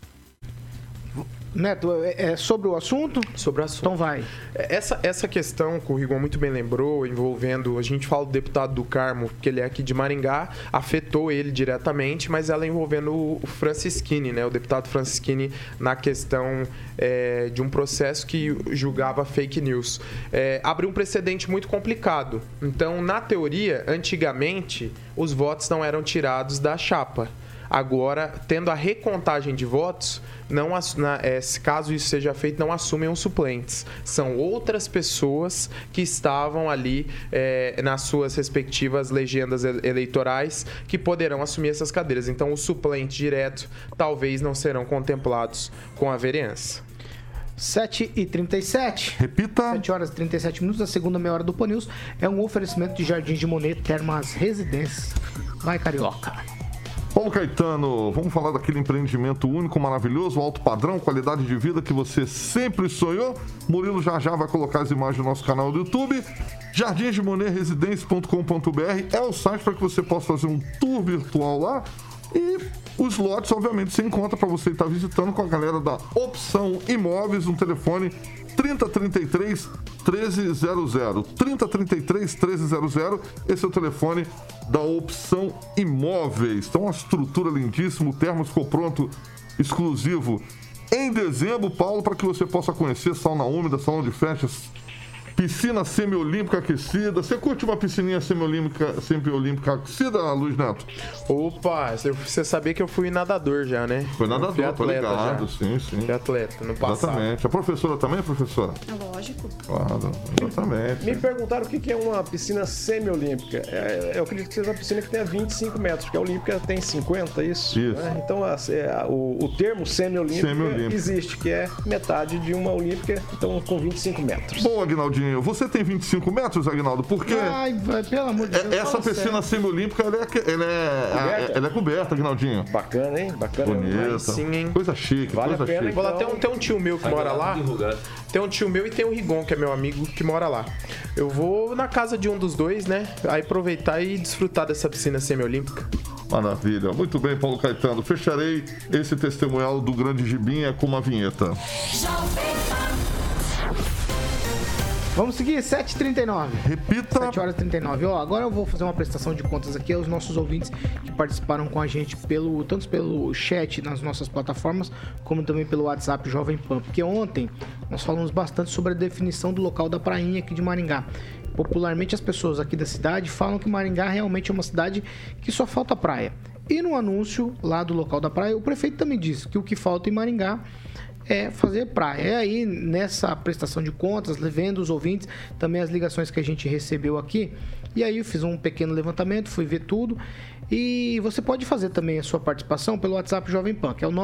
Neto, é sobre o assunto? Sobre o assunto. Então vai. Essa questão que o Rigon muito bem lembrou, envolvendo, a gente fala do deputado do Carmo, que ele é aqui de Maringá, afetou ele diretamente, mas ela envolvendo o Francisquini, né? O deputado Francisquini, na questão de um processo que julgava fake news. Abriu um precedente muito complicado. Então, na teoria, antigamente, os votos não eram tirados da chapa. Agora, tendo a recontagem de votos, caso isso seja feito, não assumem os suplentes. São outras pessoas que estavam ali nas suas respectivas legendas eleitorais que poderão assumir essas cadeiras. Então, os suplentes diretos talvez não serão contemplados com a vereança. 7h37. Repita. 7 horas e 37 minutos. A segunda meia hora do Pan News é um oferecimento de Jardins de Monet, Termas Residências. Vai, Carioca. Paulo Caetano, vamos falar daquele empreendimento único, maravilhoso, alto padrão, qualidade de vida que você sempre sonhou. Murilo já vai colocar as imagens no nosso canal do YouTube. jardinsdemonetresidencia.com.br é o site para que você possa fazer um tour virtual lá. E os lotes, obviamente, você encontra para você estar visitando com a galera da Opção Imóveis, no telefone 3033 1300. 3033 1300, esse é o telefone da Opção Imóveis. Então, uma estrutura lindíssima, o termo ficou pronto, exclusivo em dezembro, Paulo, para que você possa conhecer sauna úmida, salão de festas, piscina semiolímpica aquecida. Você curte uma piscininha semiolímpica aquecida, Luiz Neto? Opa, você sabia que eu fui nadador já, né? Foi nadador, tô ligado, sim. Fui atleta no passado. Exatamente. A professora também, professora? Lógico. Claro, exatamente. Me perguntaram o que é uma piscina semiolímpica. Eu acredito que seja uma piscina que tenha 25 metros, porque a olímpica tem 50, isso? Né? Então, o termo semiolímpica existe, que é metade de uma olímpica, então com 25 metros. Bom, Aguinaldinho, você tem 25 metros, Aguinaldo? Porque pelo amor de Deus, essa piscina semiolímpica, ela é coberta, Aguinaldinho. Bacana, hein? Bacana. Bonita. Sim, hein? Coisa chique, vale coisa chique. Vou lá, tem um tio meu que mora lá. Tem um tio meu e tem o Rigon, que é meu amigo, que mora lá. Eu vou na casa de um dos dois, né? Aí aproveitar e desfrutar dessa piscina semiolímpica. Maravilha. Muito bem, Paulo Caetano. Fecharei esse testemunhal do Grande Gibinha com uma vinheta. Vamos seguir, 7h39. Repita. 7 horas e 39. Agora eu vou fazer uma prestação de contas aqui aos nossos ouvintes que participaram com a gente tanto pelo chat nas nossas plataformas, como também pelo WhatsApp Jovem Pan. Porque ontem nós falamos bastante sobre a definição do local da prainha aqui de Maringá. Popularmente as pessoas aqui da cidade falam que Maringá realmente é uma cidade que só falta praia. E no anúncio lá do local da praia, o prefeito também disse que o que falta em Maringá é fazer praia. E aí, nessa prestação de contas, vendo os ouvintes, também as ligações que a gente recebeu aqui, e aí eu fiz um pequeno levantamento, fui ver tudo, e você pode fazer também a sua participação pelo WhatsApp Jovem Pan, que é o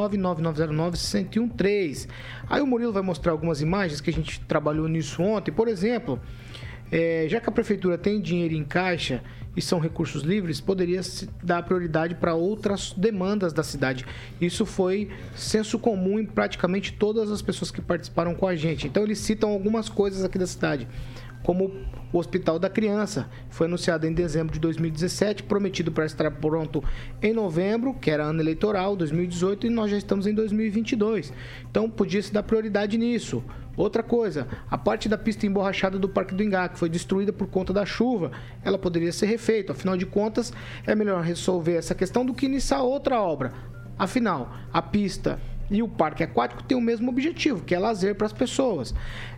99909-1013. Aí o Murilo vai mostrar algumas imagens que a gente trabalhou nisso ontem. Por exemplo, já que a prefeitura tem dinheiro em caixa e são recursos livres, poderia se dar prioridade para outras demandas da cidade. Isso foi senso comum em praticamente todas as pessoas que participaram com a gente. Então eles citam algumas coisas aqui da cidade, como o Hospital da Criança, foi anunciado em dezembro de 2017, prometido para estar pronto em novembro, que era ano eleitoral, 2018, e nós já estamos em 2022. Então podia se dar prioridade nisso. Outra coisa, a parte da pista emborrachada do Parque do Ingá, que foi destruída por conta da chuva, ela poderia ser refeita. Afinal de contas, é melhor resolver essa questão do que iniciar outra obra. Afinal, a pista e o parque aquático têm o mesmo objetivo, que é lazer para as pessoas.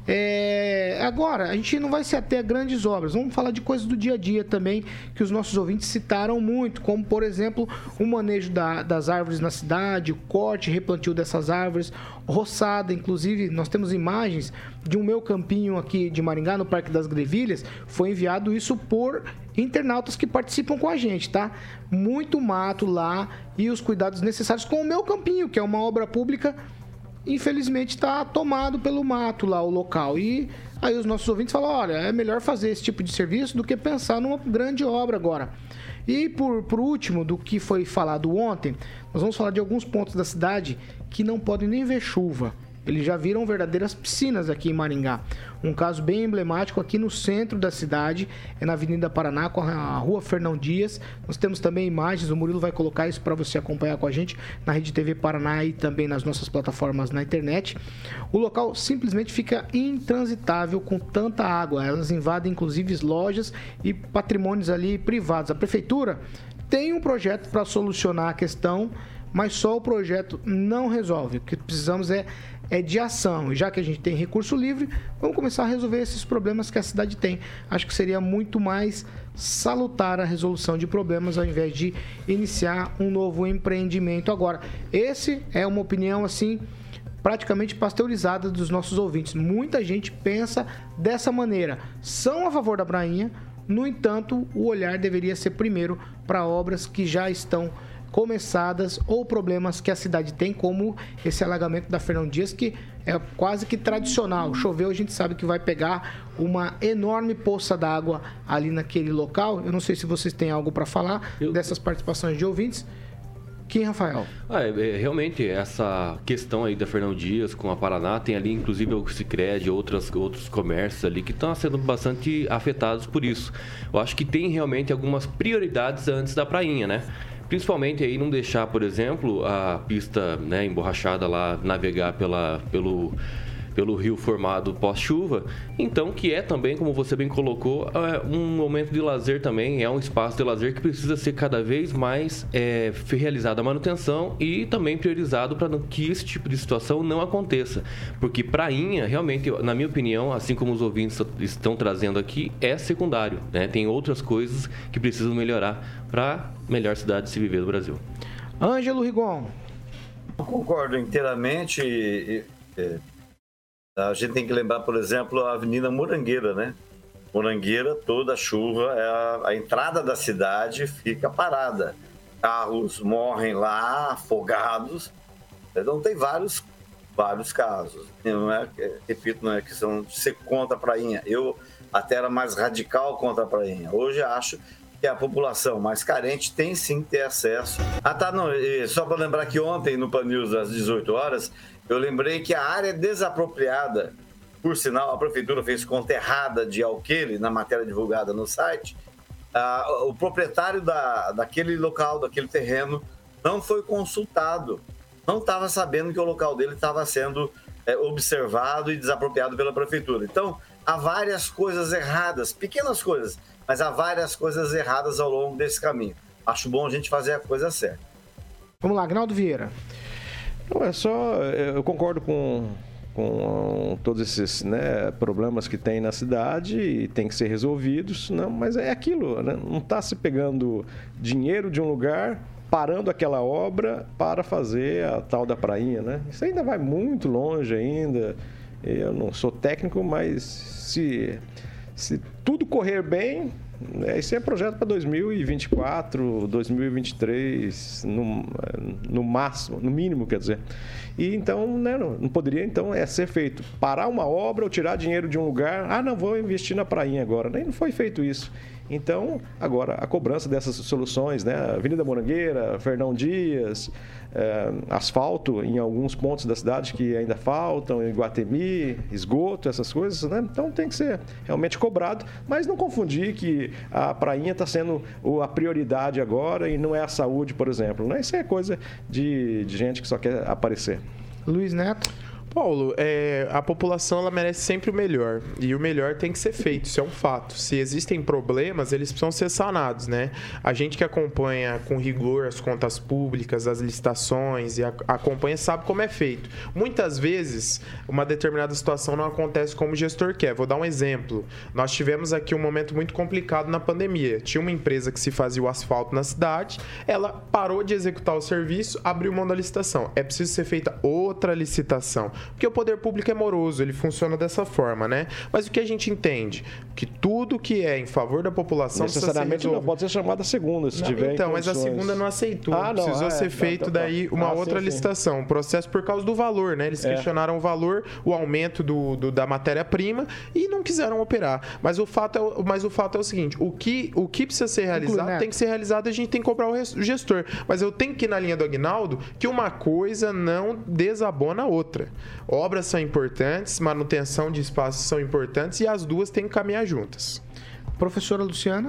Agora, a gente não vai se ater a grandes obras. Vamos falar de coisas do dia a dia também, que os nossos ouvintes citaram muito, como, por exemplo, o manejo das árvores na cidade, o corte e replantio dessas árvores, roçada. Inclusive, nós temos imagens de um meu campinho aqui de Maringá, no Parque das Grevilhas. Foi enviado isso por internautas que participam com a gente, tá? Muito mato lá e os cuidados necessários com o meu campinho, que é uma obra pública, infelizmente está tomado pelo mato lá o local. E aí os nossos ouvintes falam, olha, é melhor fazer esse tipo de serviço do que pensar numa grande obra agora. E por último, do que foi falado ontem, nós vamos falar de alguns pontos da cidade que não podem nem ver chuva. eles já viram verdadeiras piscinas aqui em Maringá. Um caso bem emblemático aqui no centro da cidade, é na Avenida Paraná, com a Rua Fernão Dias. Nós temos também imagens, o Murilo vai colocar isso para você acompanhar com a gente na Rede TV Paraná e também nas nossas plataformas na internet. O local simplesmente fica intransitável com tanta água. Elas invadem inclusive lojas e patrimônios ali privados. A prefeitura tem um projeto para solucionar a questão, mas só o projeto não resolve. O que precisamos é de ação. E já que a gente tem recurso livre, vamos começar a resolver esses problemas que a cidade tem. Acho que seria muito mais salutar a resolução de problemas ao invés de iniciar um novo empreendimento agora. Esse é uma opinião assim praticamente pasteurizada dos nossos ouvintes. Muita gente pensa dessa maneira. São a favor da prainha, no entanto, o olhar deveria ser primeiro para obras que já estão começadas ou problemas que a cidade tem, como esse alagamento da Fernão Dias, que é quase que tradicional. Choveu, a gente sabe que vai pegar uma enorme poça d'água ali naquele local. Eu não sei se vocês têm algo para falar dessas participações de ouvintes. Quem, Rafael? Realmente, essa questão aí da Fernão Dias com a Paraná, tem ali inclusive o Sicredi, outros comércios ali que estão sendo bastante afetados por isso. Eu acho que tem realmente algumas prioridades antes da prainha, né? Principalmente aí não deixar, por exemplo, a pista, né, emborrachada lá navegar pelo rio formado pós-chuva. Então, que é também, como você bem colocou, um momento de lazer também, é um espaço de lazer que precisa ser cada vez mais realizada a manutenção e também priorizado para que esse tipo de situação não aconteça. Porque prainha, realmente, na minha opinião, assim como os ouvintes estão trazendo aqui, é secundário, né? Tem outras coisas que precisam melhorar para melhor cidade de se viver no Brasil. Ângelo Rigon. Eu concordo inteiramente. A gente tem que lembrar, por exemplo, a Avenida Morangueira, né? Morangueira, toda chuva, a entrada da cidade fica parada. Carros morrem lá, afogados. Então tem vários casos. Não é, repito, não é questão de ser contra a prainha. Eu até era mais radical contra a prainha. Hoje acho que a população mais carente tem sim que ter acesso. Só para lembrar que ontem no Pan News às 18 horas, eu lembrei que a área desapropriada, por sinal, a prefeitura fez conta errada de alqueire na matéria divulgada no site. O proprietário daquele local, daquele terreno, não foi consultado. Não estava sabendo que o local dele estava sendo observado e desapropriado pela prefeitura. Então, há várias coisas erradas, pequenas coisas, mas há várias coisas erradas ao longo desse caminho. Acho bom a gente fazer a coisa certa. Vamos lá, Agnaldo Vieira. Eu concordo com todos esses, né, problemas que tem na cidade e tem que ser resolvidos, não, mas é aquilo, né? Não está se pegando dinheiro de um lugar, parando aquela obra para fazer a tal da prainha, né? Isso ainda vai muito longe ainda. Eu não sou técnico, mas se tudo correr bem, esse é projeto para 2024, 2023, no máximo, no mínimo, quer dizer. E então, né, não poderia então ser feito parar uma obra ou tirar dinheiro de um lugar, não vou investir na prainha agora. Nem não foi feito isso. Então, agora, a cobrança dessas soluções, né? Avenida Morangueira, Fernão Dias, asfalto em alguns pontos da cidade que ainda faltam, Iguatemi, esgoto, essas coisas, né? Então tem que ser realmente cobrado, mas não confundir que a prainha está sendo a prioridade agora e não é a saúde, por exemplo, né? Isso é coisa de gente que só quer aparecer. Luiz Neto. Paulo, a população ela merece sempre o melhor e o melhor tem que ser feito, isso é um fato. Se existem problemas, eles precisam ser sanados, né? A gente que acompanha com rigor as contas públicas, as licitações e acompanha sabe como é feito. Muitas vezes, uma determinada situação não acontece como o gestor quer. Vou dar um exemplo. Nós tivemos aqui um momento muito complicado na pandemia. Tinha uma empresa que se fazia o asfalto na cidade, ela parou de executar o serviço, abriu mão da licitação. É preciso ser feita outra licitação. Porque o poder público é moroso, ele funciona dessa forma, né? Mas o que a gente entende? Que tudo que é em favor da população necessariamente não pode ser chamada segunda, se tiver então, mas a segunda não aceitou. Precisou ser feito daí uma outra licitação. Um processo por causa do valor, né? Eles questionaram o valor, o aumento da matéria-prima e não quiseram operar. Mas o fato é o seguinte, o que precisa ser realizado tem que ser realizado e a gente tem que cobrar o gestor. Mas eu tenho que ir na linha do Agnaldo que uma coisa não desabona a outra. obras são importantes, manutenção de espaços são importantes e as duas têm que caminhar juntas. Professora Luciana?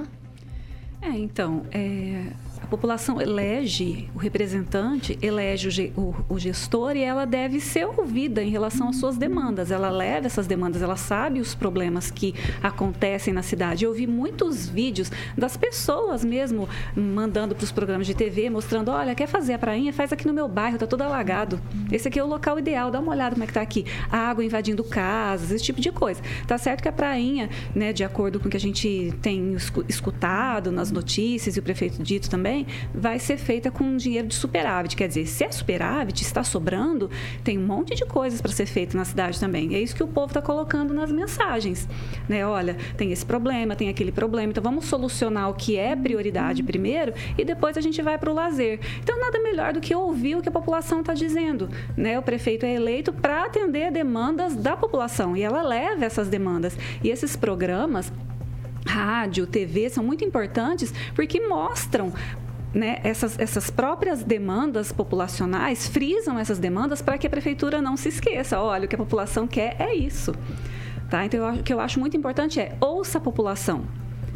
A população elege o representante, elege o gestor e ela deve ser ouvida em relação às suas demandas. Ela leva essas demandas, ela sabe os problemas que acontecem na cidade. Eu vi muitos vídeos das pessoas mesmo mandando para os programas de TV, mostrando, olha, quer fazer a prainha? Faz aqui no meu bairro, tá todo alagado. Esse aqui é o local ideal, dá uma olhada como é que tá aqui. A água invadindo casas, esse tipo de coisa. Tá certo que a prainha, né, de acordo com o que a gente tem escutado nas notícias e o prefeito dito também, vai ser feita com dinheiro de superávit. Quer dizer, se é superávit, está sobrando, tem um monte de coisas para ser feito na cidade também. E é isso que o povo está colocando nas mensagens. Né? Olha, tem esse problema, tem aquele problema, então vamos solucionar o que é prioridade primeiro e depois a gente vai para o lazer. Então, nada melhor do que ouvir o que a população está dizendo. Né? O prefeito é eleito para atender demandas da população e ela leva essas demandas. E esses programas, rádio, TV, são muito importantes porque mostram, né, essas próprias demandas populacionais, frisam essas demandas para que a prefeitura não se esqueça. Olha, o que a população quer é isso. Tá? Então, o que eu acho muito importante é ouça a população,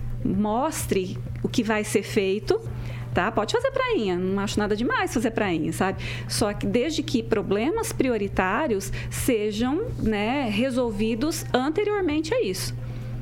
mostre o que vai ser feito. Tá? Pode fazer prainha, não acho nada demais fazer prainha, sabe? Só que desde que problemas prioritários sejam, né, resolvidos anteriormente a isso.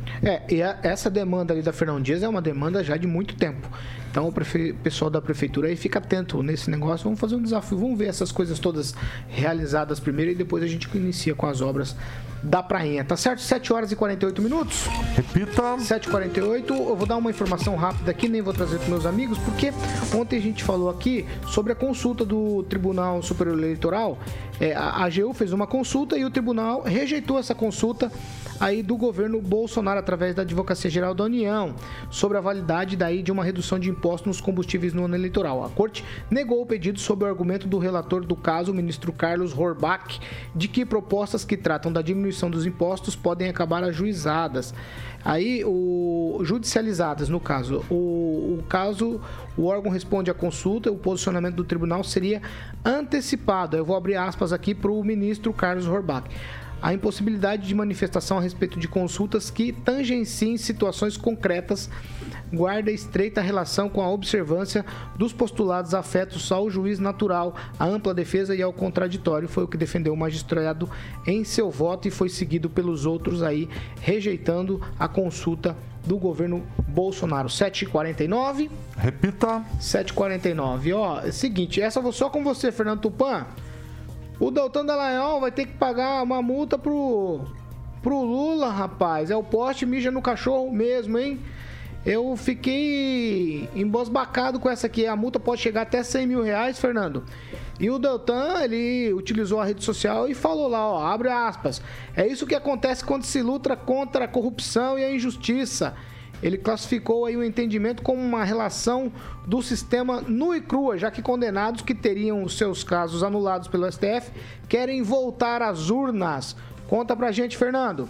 E essa demanda ali da Fernão Dias é uma demanda já de muito tempo. Então, o pessoal da prefeitura aí fica atento nesse negócio. Vamos fazer um desafio, vamos ver essas coisas todas realizadas primeiro e depois a gente inicia com as obras da prainha. Tá certo? 7 horas e 48 minutos. Repita. 7h48. Eu vou dar uma informação rápida aqui, nem vou trazer para meus amigos, porque ontem a gente falou aqui sobre a consulta do Tribunal Superior Eleitoral. A AGU fez uma consulta e o tribunal rejeitou essa consulta aí do governo Bolsonaro através da Advocacia Geral da União sobre a validade daí de uma redução de impostos nos combustíveis no ano eleitoral. A corte negou o pedido sob o argumento do relator do caso, o ministro Carlos Horbach, de que propostas que tratam da diminuição dos impostos podem acabar ajuizadas. Aí, judicializadas, no caso. O órgão responde à consulta, o posicionamento do tribunal seria antecipado. Eu vou abrir aspas aqui para o ministro Carlos Horbach. A impossibilidade de manifestação a respeito de consultas que tangenciem situações concretas guarda estreita relação com a observância dos postulados afetos ao juiz natural, à ampla defesa e ao contraditório. Foi o que defendeu o magistrado em seu voto e foi seguido pelos outros aí, rejeitando a consulta do governo Bolsonaro. 7h49. Repita. 7h49. Ó, é o seguinte, essa eu vou só com você, Fernando Tupan. O Deltan Dallagnol vai ter que pagar uma multa pro Lula, rapaz. É o poste mija no cachorro mesmo, hein? Eu fiquei embosbacado com essa aqui. A multa pode chegar até R$100 mil, Fernando. E o Deltan, ele utilizou a rede social e falou lá, ó, abre aspas. É isso que acontece quando se luta contra a corrupção e a injustiça. Ele classificou aí o entendimento como uma relação do sistema nua e crua, já que condenados que teriam os seus casos anulados pelo STF querem voltar às urnas. Conta pra gente, Fernando.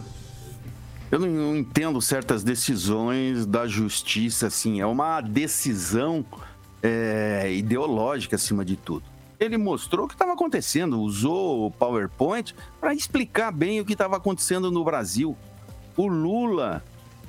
Eu não entendo certas decisões da justiça, assim, é uma decisão ideológica acima de tudo. Ele mostrou o que estava acontecendo, usou o PowerPoint para explicar bem o que estava acontecendo no Brasil. O Lula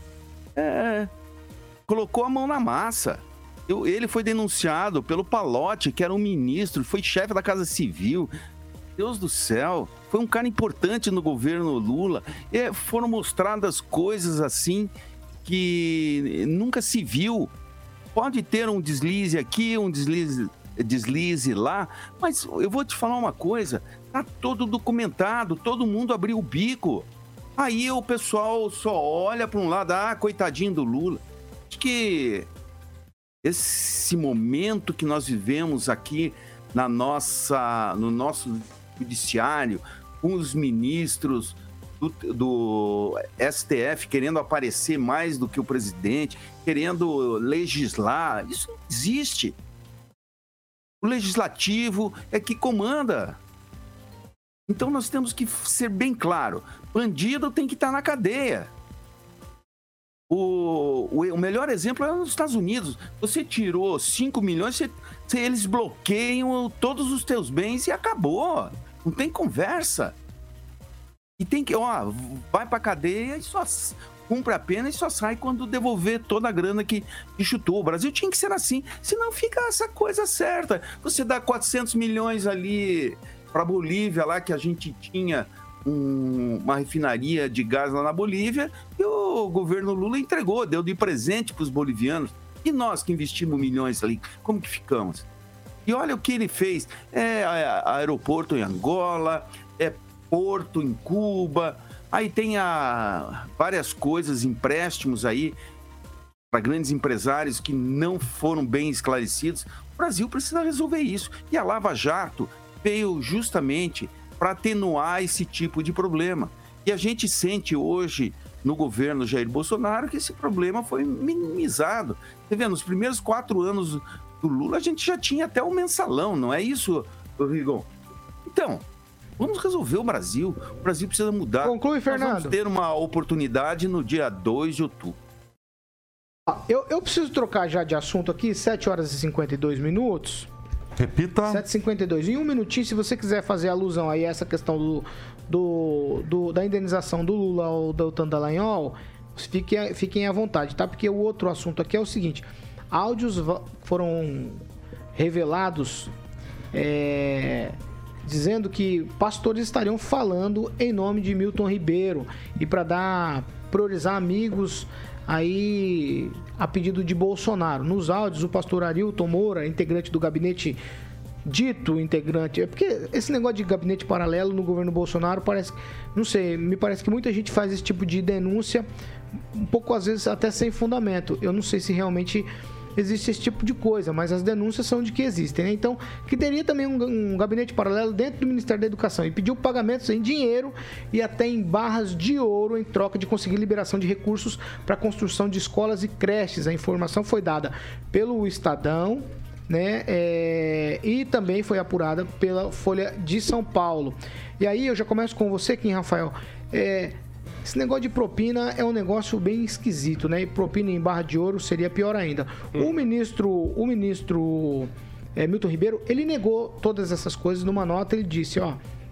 colocou a mão na massa. Ele foi denunciado pelo Pallotti, que era um ministro, foi chefe da Casa Civil. Deus do céu, foi um cara importante no governo Lula. E foram mostradas coisas assim que nunca se viu. Pode ter um deslize aqui, um deslize lá, mas eu vou te falar uma coisa, tá todo documentado, todo mundo abriu o bico. Aí o pessoal só olha para um lado, coitadinho do Lula. Acho que esse momento que nós vivemos aqui no nosso judiciário, com os ministros do STF querendo aparecer mais do que o presidente, querendo legislar, isso não existe. O legislativo é que comanda. Então nós temos que ser bem claro, bandido tem que estar na cadeia. O melhor exemplo é nos Estados Unidos. Você tirou 5 milhões, eles bloqueiam todos os teus bens e acabou. Não tem conversa. E tem que, vai pra cadeia e só cumpre a pena e só sai quando devolver toda a grana que chutou. O Brasil tinha que ser assim, senão fica essa coisa certa. Você dá 400 milhões ali pra Bolívia, lá que a gente tinha uma refinaria de gás lá na Bolívia, e o governo Lula entregou, deu de presente pros bolivianos. E nós que investimos milhões ali, como que ficamos? E olha o que ele fez, aeroporto em Angola, porto em Cuba, aí tem várias coisas, empréstimos aí para grandes empresários que não foram bem esclarecidos. O Brasil precisa resolver isso. E a Lava Jato veio justamente para atenuar esse tipo de problema. E a gente sente hoje no governo Jair Bolsonaro que esse problema foi minimizado. Você vê, nos primeiros 4 anos do Lula, a gente já tinha até o mensalão, não é isso, Rigon? Então, vamos resolver o Brasil. O Brasil precisa mudar. Conclui, Fernando. Nós vamos ter uma oportunidade no dia 2 de outubro. Eu preciso trocar já de assunto aqui, 7 horas e 52 minutos. Repita. 7h52. Em um minutinho, se você quiser fazer alusão aí a essa questão da indenização do Lula ou do Dallagnol, fiquem à vontade, tá? Porque o outro assunto aqui é o seguinte: áudios foram revelados dizendo que pastores estariam falando em nome de Milton Ribeiro e para priorizar amigos aí a pedido de Bolsonaro. Nos áudios, o pastor Arilton Moura, integrante do gabinete, dito integrante, porque esse negócio de gabinete paralelo no governo Bolsonaro parece, não sei, me parece que muita gente faz esse tipo de denúncia um pouco, às vezes, até sem fundamento. Eu não sei se realmente existe esse tipo de coisa, mas as denúncias são de que existem, né? Então, que teria também um gabinete paralelo dentro do Ministério da Educação e pediu pagamentos em dinheiro e até em barras de ouro em troca de conseguir liberação de recursos para a construção de escolas e creches. A informação foi dada pelo Estadão, né? E também foi apurada pela Folha de São Paulo. E aí eu já começo com você, Kim Rafael. Esse negócio de propina é um negócio bem esquisito, né? E propina em barra de ouro seria pior ainda. O ministro Milton Ribeiro, ele negou todas essas coisas numa nota. Ele disse,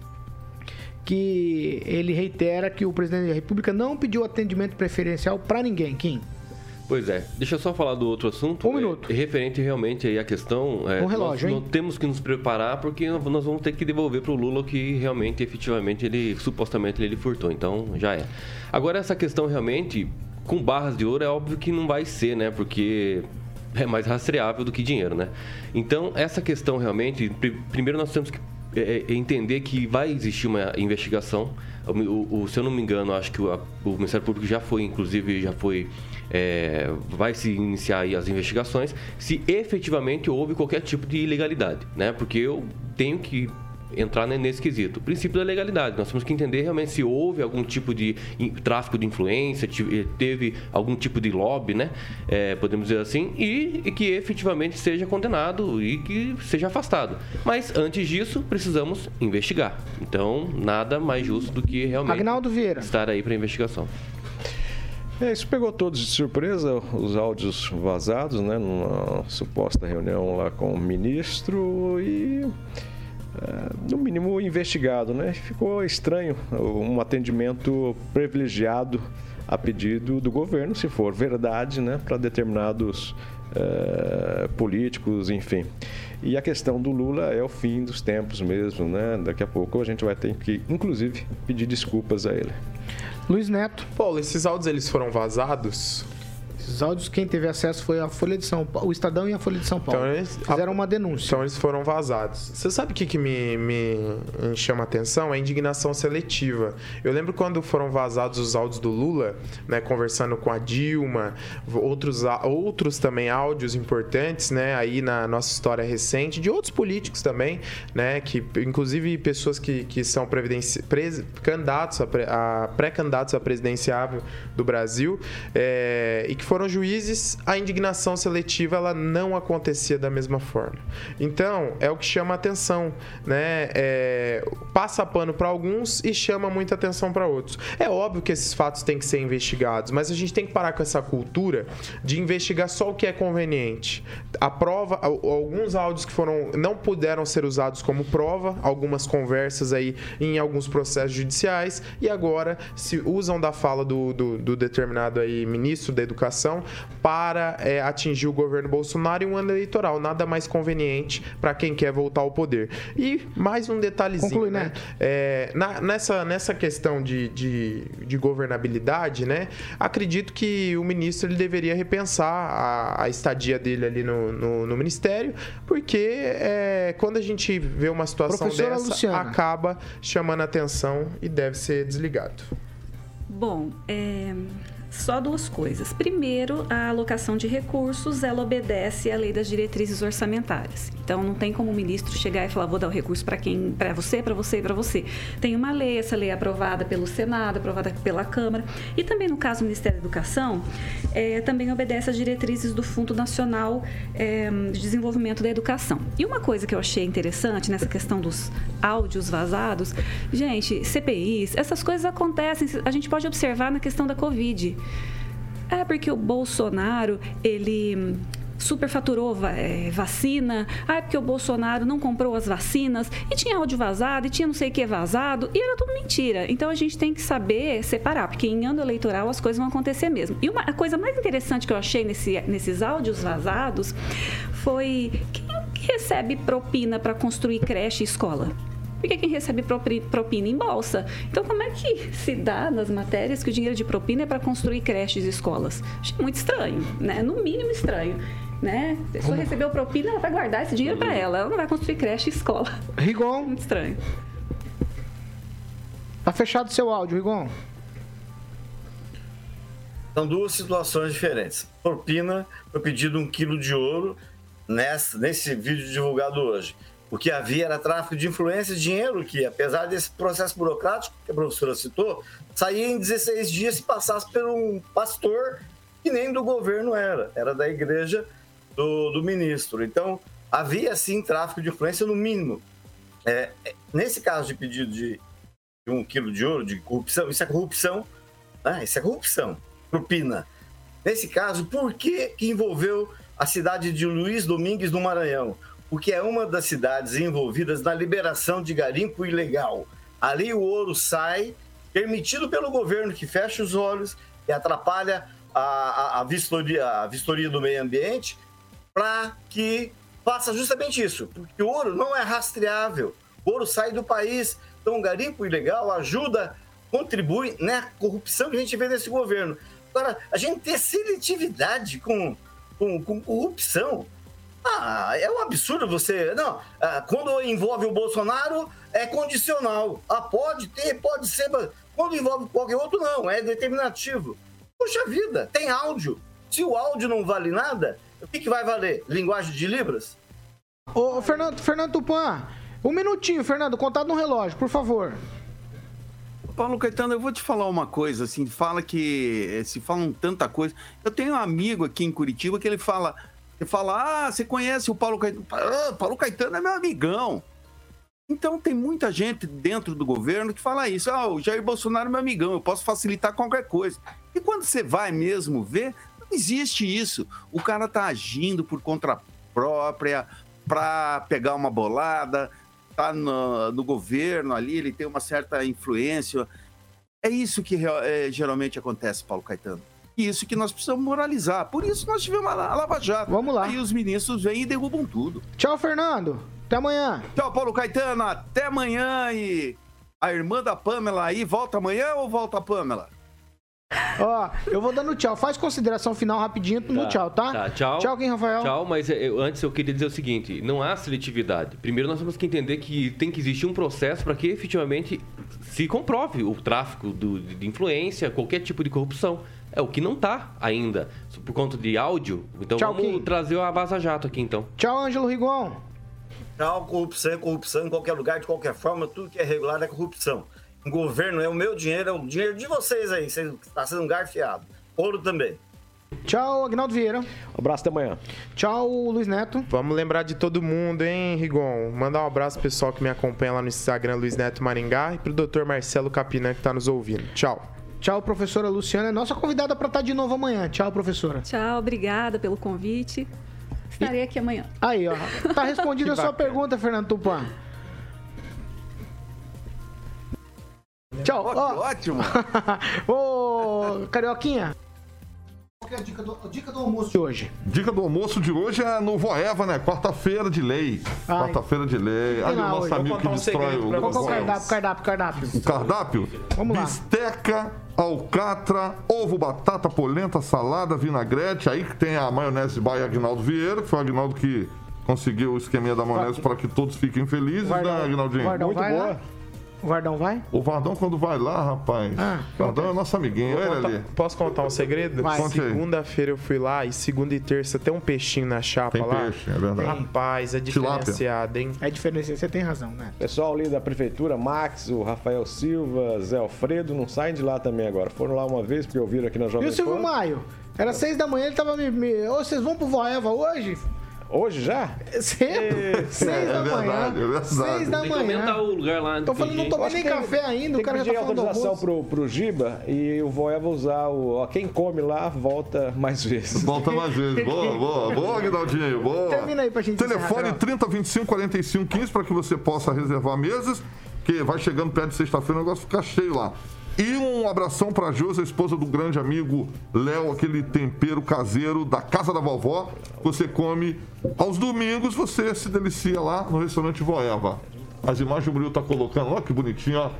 que ele reitera que o presidente da República não pediu atendimento preferencial para ninguém, Kim. Pois é. Deixa eu só falar do outro assunto. Um minuto. Referente realmente aí à questão... relógio, nós temos que nos preparar porque nós vamos ter que devolver para o Lula o que realmente, efetivamente, supostamente ele furtou. Então, já é. Agora, essa questão realmente, com barras de ouro, é óbvio que não vai ser, né? Porque é mais rastreável do que dinheiro, né? Então, essa questão realmente... Primeiro, nós temos que entender que vai existir uma investigação. Se eu não me engano, acho que o Ministério Público já foi, inclusive, vai se iniciar aí as investigações, se efetivamente houve qualquer tipo de ilegalidade, né? Porque eu tenho que entrar nesse quesito. O princípio da legalidade. Nós temos que entender realmente se houve algum tipo de tráfico de influência, teve algum tipo de lobby, né? Podemos dizer assim, e que efetivamente seja condenado e que seja afastado. Mas antes disso, precisamos investigar. Então, nada mais justo do que realmente Agnaldo Vieira estar aí para investigação. Isso pegou todos de surpresa, os áudios vazados, né? Numa suposta reunião lá com o ministro e... no mínimo investigado, né? Ficou estranho um atendimento privilegiado a pedido do governo, se for verdade, né? Para determinados políticos, enfim. E a questão do Lula é o fim dos tempos mesmo, né? Daqui a pouco a gente vai ter que, inclusive, pedir desculpas a ele. Luiz Neto. Paulo, esses áudios eles foram vazados? Esses áudios, quem teve acesso foi a Folha de São Paulo, o Estadão e a Folha de São Paulo. Então, eles fizeram uma denúncia. Então eles foram vazados. Você sabe o que me chama a atenção? A indignação seletiva. Eu lembro quando foram vazados os áudios do Lula, né, conversando com a Dilma, outros também áudios importantes, né, aí na nossa história recente, de outros políticos também, né, que inclusive pessoas que são pré-candidatos a presidenciável do Brasil, e que foram foram juízes, a indignação seletiva ela não acontecia da mesma forma. Então, é o que chama atenção, né? Passa pano para alguns e chama muita atenção para outros. É óbvio que esses fatos têm que ser investigados, mas a gente tem que parar com essa cultura de investigar só o que é conveniente. A prova, alguns áudios que não puderam ser usados como prova, algumas conversas aí em alguns processos judiciais, e agora se usam da fala do determinado aí ministro da Educação para atingir o governo Bolsonaro em um ano eleitoral. Nada mais conveniente para quem quer voltar ao poder. E mais um detalhezinho, conclui, né? Nessa questão de governabilidade, né? Acredito que o ministro ele deveria repensar a estadia dele ali no ministério, porque quando a gente vê uma situação dessa, Luciana, acaba chamando a atenção e deve ser desligado. Bom, só duas coisas. Primeiro, a alocação de recursos, ela obedece à lei das diretrizes orçamentárias. Então, não tem como o ministro chegar e falar, vou dar o recurso para quem? Para você, para você e para você. Tem uma lei, essa lei é aprovada pelo Senado, aprovada pela Câmara. E também, no caso do Ministério da Educação, também obedece às diretrizes do Fundo Nacional de Desenvolvimento da Educação. E uma coisa que eu achei interessante nessa questão dos áudios vazados, gente, CPIs, essas coisas acontecem, a gente pode observar na questão da Covid. Porque o Bolsonaro, ele superfaturou vacina, porque o Bolsonaro não comprou as vacinas, e tinha áudio vazado, e tinha não sei o que vazado, e era tudo mentira. Então, a gente tem que saber separar, porque em ano eleitoral as coisas vão acontecer mesmo. E a coisa mais interessante que eu achei nesses áudios vazados foi quem recebe propina para construir creche e escola? Porque quem recebe propina em bolsa. Então, como é que se dá nas matérias que o dinheiro de propina é para construir creches e escolas? Achei muito estranho, né? No mínimo estranho, né? A pessoa recebeu propina, ela vai guardar esse dinheiro para ela. Ela não vai construir creche e escola. Rigon. Muito estranho. Tá fechado o seu áudio, Rigon. São duas situações diferentes. Propina foi pedido 1 quilo de ouro nesse vídeo divulgado hoje. O que havia era tráfico de influência e dinheiro que, apesar desse processo burocrático que a professora citou, saía em 16 dias se passasse por um pastor que nem do governo era da igreja do ministro. Então, havia sim tráfico de influência no mínimo. Nesse caso de pedido de 1 quilo de ouro, de corrupção, isso é corrupção, né? Isso é corrupção, propina. Nesse caso, por que envolveu a cidade de Luiz Domingues, no Maranhão? Porque é uma das cidades envolvidas na liberação de garimpo ilegal. Ali o ouro sai, permitido pelo governo, que fecha os olhos e atrapalha a vistoria do meio ambiente, para que faça justamente isso. Porque o ouro não é rastreável, o ouro sai do país. Então o garimpo ilegal contribui na corrupção que a gente vê nesse governo. Agora, a gente ter seletividade com corrupção... é um absurdo você... Não, quando envolve o Bolsonaro, é condicional. Pode ser, mas quando envolve qualquer outro, não, é determinativo. Puxa vida, tem áudio. Se o áudio não vale nada, o que vai valer? Linguagem de Libras? Ô, Fernando Tupan, 1 minutinho, Fernando, contado no relógio, por favor. Paulo Caetano, eu vou te falar uma coisa, assim, se falam tanta coisa. Eu tenho um amigo aqui em Curitiba que ele fala... Você fala, você conhece o Paulo Caetano? Paulo Caetano é meu amigão. Então, tem muita gente dentro do governo que fala isso. O Jair Bolsonaro é meu amigão, eu posso facilitar qualquer coisa. E quando você vai mesmo ver, não existe isso. O cara tá agindo por conta própria, para pegar uma bolada, tá no governo ali, ele tem uma certa influência. É isso que geralmente acontece, Paulo Caetano. Isso que nós precisamos moralizar. Por isso nós tivemos a Lava Jato. Vamos lá. Aí os ministros vêm e derrubam tudo. Tchau, Fernando. Até amanhã. Tchau, Paulo Caetano. Até amanhã. E a irmã da Pamela aí, volta amanhã ou volta a Pamela? Eu vou dando tchau. Faz consideração final rapidinho no tchau, tá? Tchau. Tchau, quem, Rafael? Tchau, mas antes eu queria dizer o seguinte, não há seletividade. Primeiro nós temos que entender que tem que existir um processo para que efetivamente se comprove o tráfico de influência, qualquer tipo de corrupção. É o que não tá ainda, por conta de áudio. Então tchau, vamos trazer a Vaza Jato aqui, então. Tchau, Ângelo Rigon. Tchau, corrupção é corrupção em qualquer lugar, de qualquer forma, tudo que é regular é corrupção. O governo é o meu dinheiro, é o dinheiro de vocês aí, está sendo garfiado. Ouro também. Tchau, Agnaldo Vieira. Abraço, até amanhã. Tchau, Luiz Neto. Vamos lembrar de todo mundo, hein, Rigon? Mandar um abraço pro pessoal que me acompanha lá no Instagram, Luiz Neto Maringá, e pro Dr. Marcelo Capinã, que tá nos ouvindo. Tchau. Tchau, professora Luciana. É nossa convidada para estar de novo amanhã. Tchau, professora. Tchau, obrigada pelo convite. Estarei aqui amanhã. Aí, ó. Tá respondida a sua pergunta, Fernando Tupan. Tchau. Ótimo. Ô, Carioquinha. Qual que é a dica do almoço de hoje? Dica do almoço de hoje é no Voeva, né? Quarta-feira de lei. Quarta-feira de lei. Aí o nosso amigo que destrói o... Qual que é o cardápio? O cardápio? Vamos lá. Bisteca, alcatra, ovo, batata, polenta, salada, vinagrete. Aí que tem a maionese by Agnaldo Vieira, que foi o Agnaldo que conseguiu o esqueminha da maionese para que todos fiquem felizes, né, Agnaldinho? Muito boa. O Vardão vai? O Vardão, quando vai lá, rapaz. O Vardão é nosso amiguinho. Olha ali. Posso contar um segredo? Segunda-feira eu fui lá e segunda e terça tem um peixinho na chapa lá. Tem peixe, é verdade. Rapaz, é diferenciado, hein? É diferenciado, você tem razão, né? Pessoal ali da prefeitura, Max, o Rafael Silva, Zé Alfredo, não saem de lá também agora. Foram lá uma vez porque ouviram aqui na Jovem Pan. E o Silvio Maio? Era 6 da manhã, ele tava Ô, vocês vão pro Voeva hoje? Hoje já? Cedo. 6 da manhã. 6 da Tem que manhã. aumentar o lugar lá. Tô falando, não tomei nem café ainda, o cara já tá falando do autorização pro Giba e o Voeva usar quem come lá volta mais vezes. Volta mais vezes. Boa, Aguinaldinho. Boa. Termina aí pra gente Telefone 3025-4515 para que você possa reservar mesas, que vai chegando perto de sexta-feira, o negócio fica cheio lá. E um abração pra Josi, a esposa do grande amigo Léo, aquele tempero caseiro da Casa da Vovó. Você come aos domingos, você se delicia lá no restaurante Voeva. As imagens o Murilo tá colocando, olha que bonitinho, ó.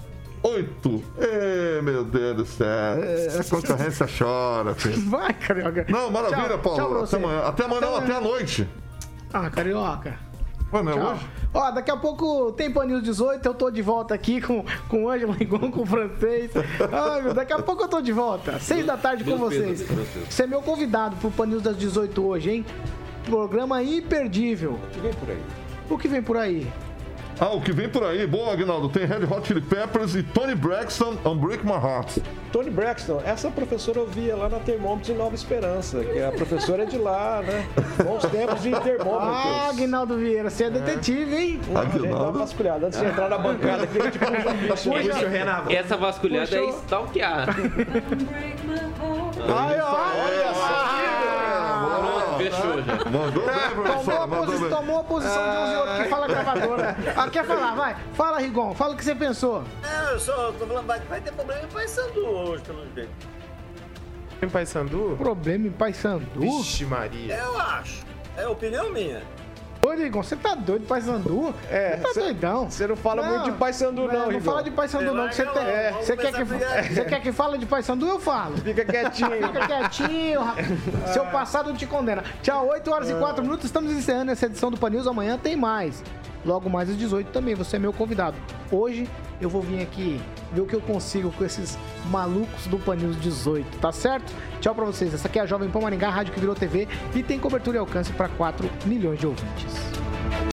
8. Meu Deus do céu. A concorrência chora, filho. Vai, Carioca. Não, maravilha, Paulo. Até amanhã. Até amanhã, não, até a noite. Ah, Carioca. Não é hoje? Ó, daqui a pouco tem Pan News 18, eu tô de volta aqui com o Ângelo Rigon, com o francês. Ai, meu, daqui a pouco eu tô de volta. 6 da tarde com vocês. Você é meu convidado pro Pan News das 18 hoje, hein? Programa imperdível. O que vem por aí? O que vem por aí? O que vem por aí, boa, Agnaldo. Tem Red Hot Chili Peppers e Tony Braxton, Unbreak My Heart. Tony Braxton, essa professora eu via lá na Termômetro de Nova Esperança, que a professora é de lá, né? Bons tempos de termômetros. Agnaldo Vieira, você é detetive, hein? Agnaldo. Vasculhada. Antes de entrar na bancada aqui, tipo um Renato. Essa vasculhada é stalkear. Olha só. Fechou já. Mandou bem, professor. Tomou a posição de uns e outros que fala gravadora. Quer falar? Vai. Fala, Rigon. Fala o que você pensou. Eu só tô falando, vai ter problema em Paysandu hoje, pelo jeito. Em Paysandu? Problema em Paysandu? Vixe, Maria. Eu acho. É opinião minha. Ô, Rigon, você tá doido, Paysandu? Você tá doidão. Você não fala muito de Paysandu, não, Rigon. Não fala de Paysandu, não, que você tem. Você quer que fale de Paysandu, eu falo. Fica quietinho. Fica quietinho, rapaz. Seu passado não te condena. Tchau, 8 horas e 4 minutos. Estamos encerrando essa edição do Pan News. Amanhã tem mais. Logo mais às 18 também. Você é meu convidado. Hoje eu vou vir aqui ver o que eu consigo com esses malucos do Pan News 18, tá certo? Tchau pra vocês. Essa aqui é a Jovem Pan Maringá, a rádio que virou TV e tem cobertura e alcance para 4 milhões de ouvintes.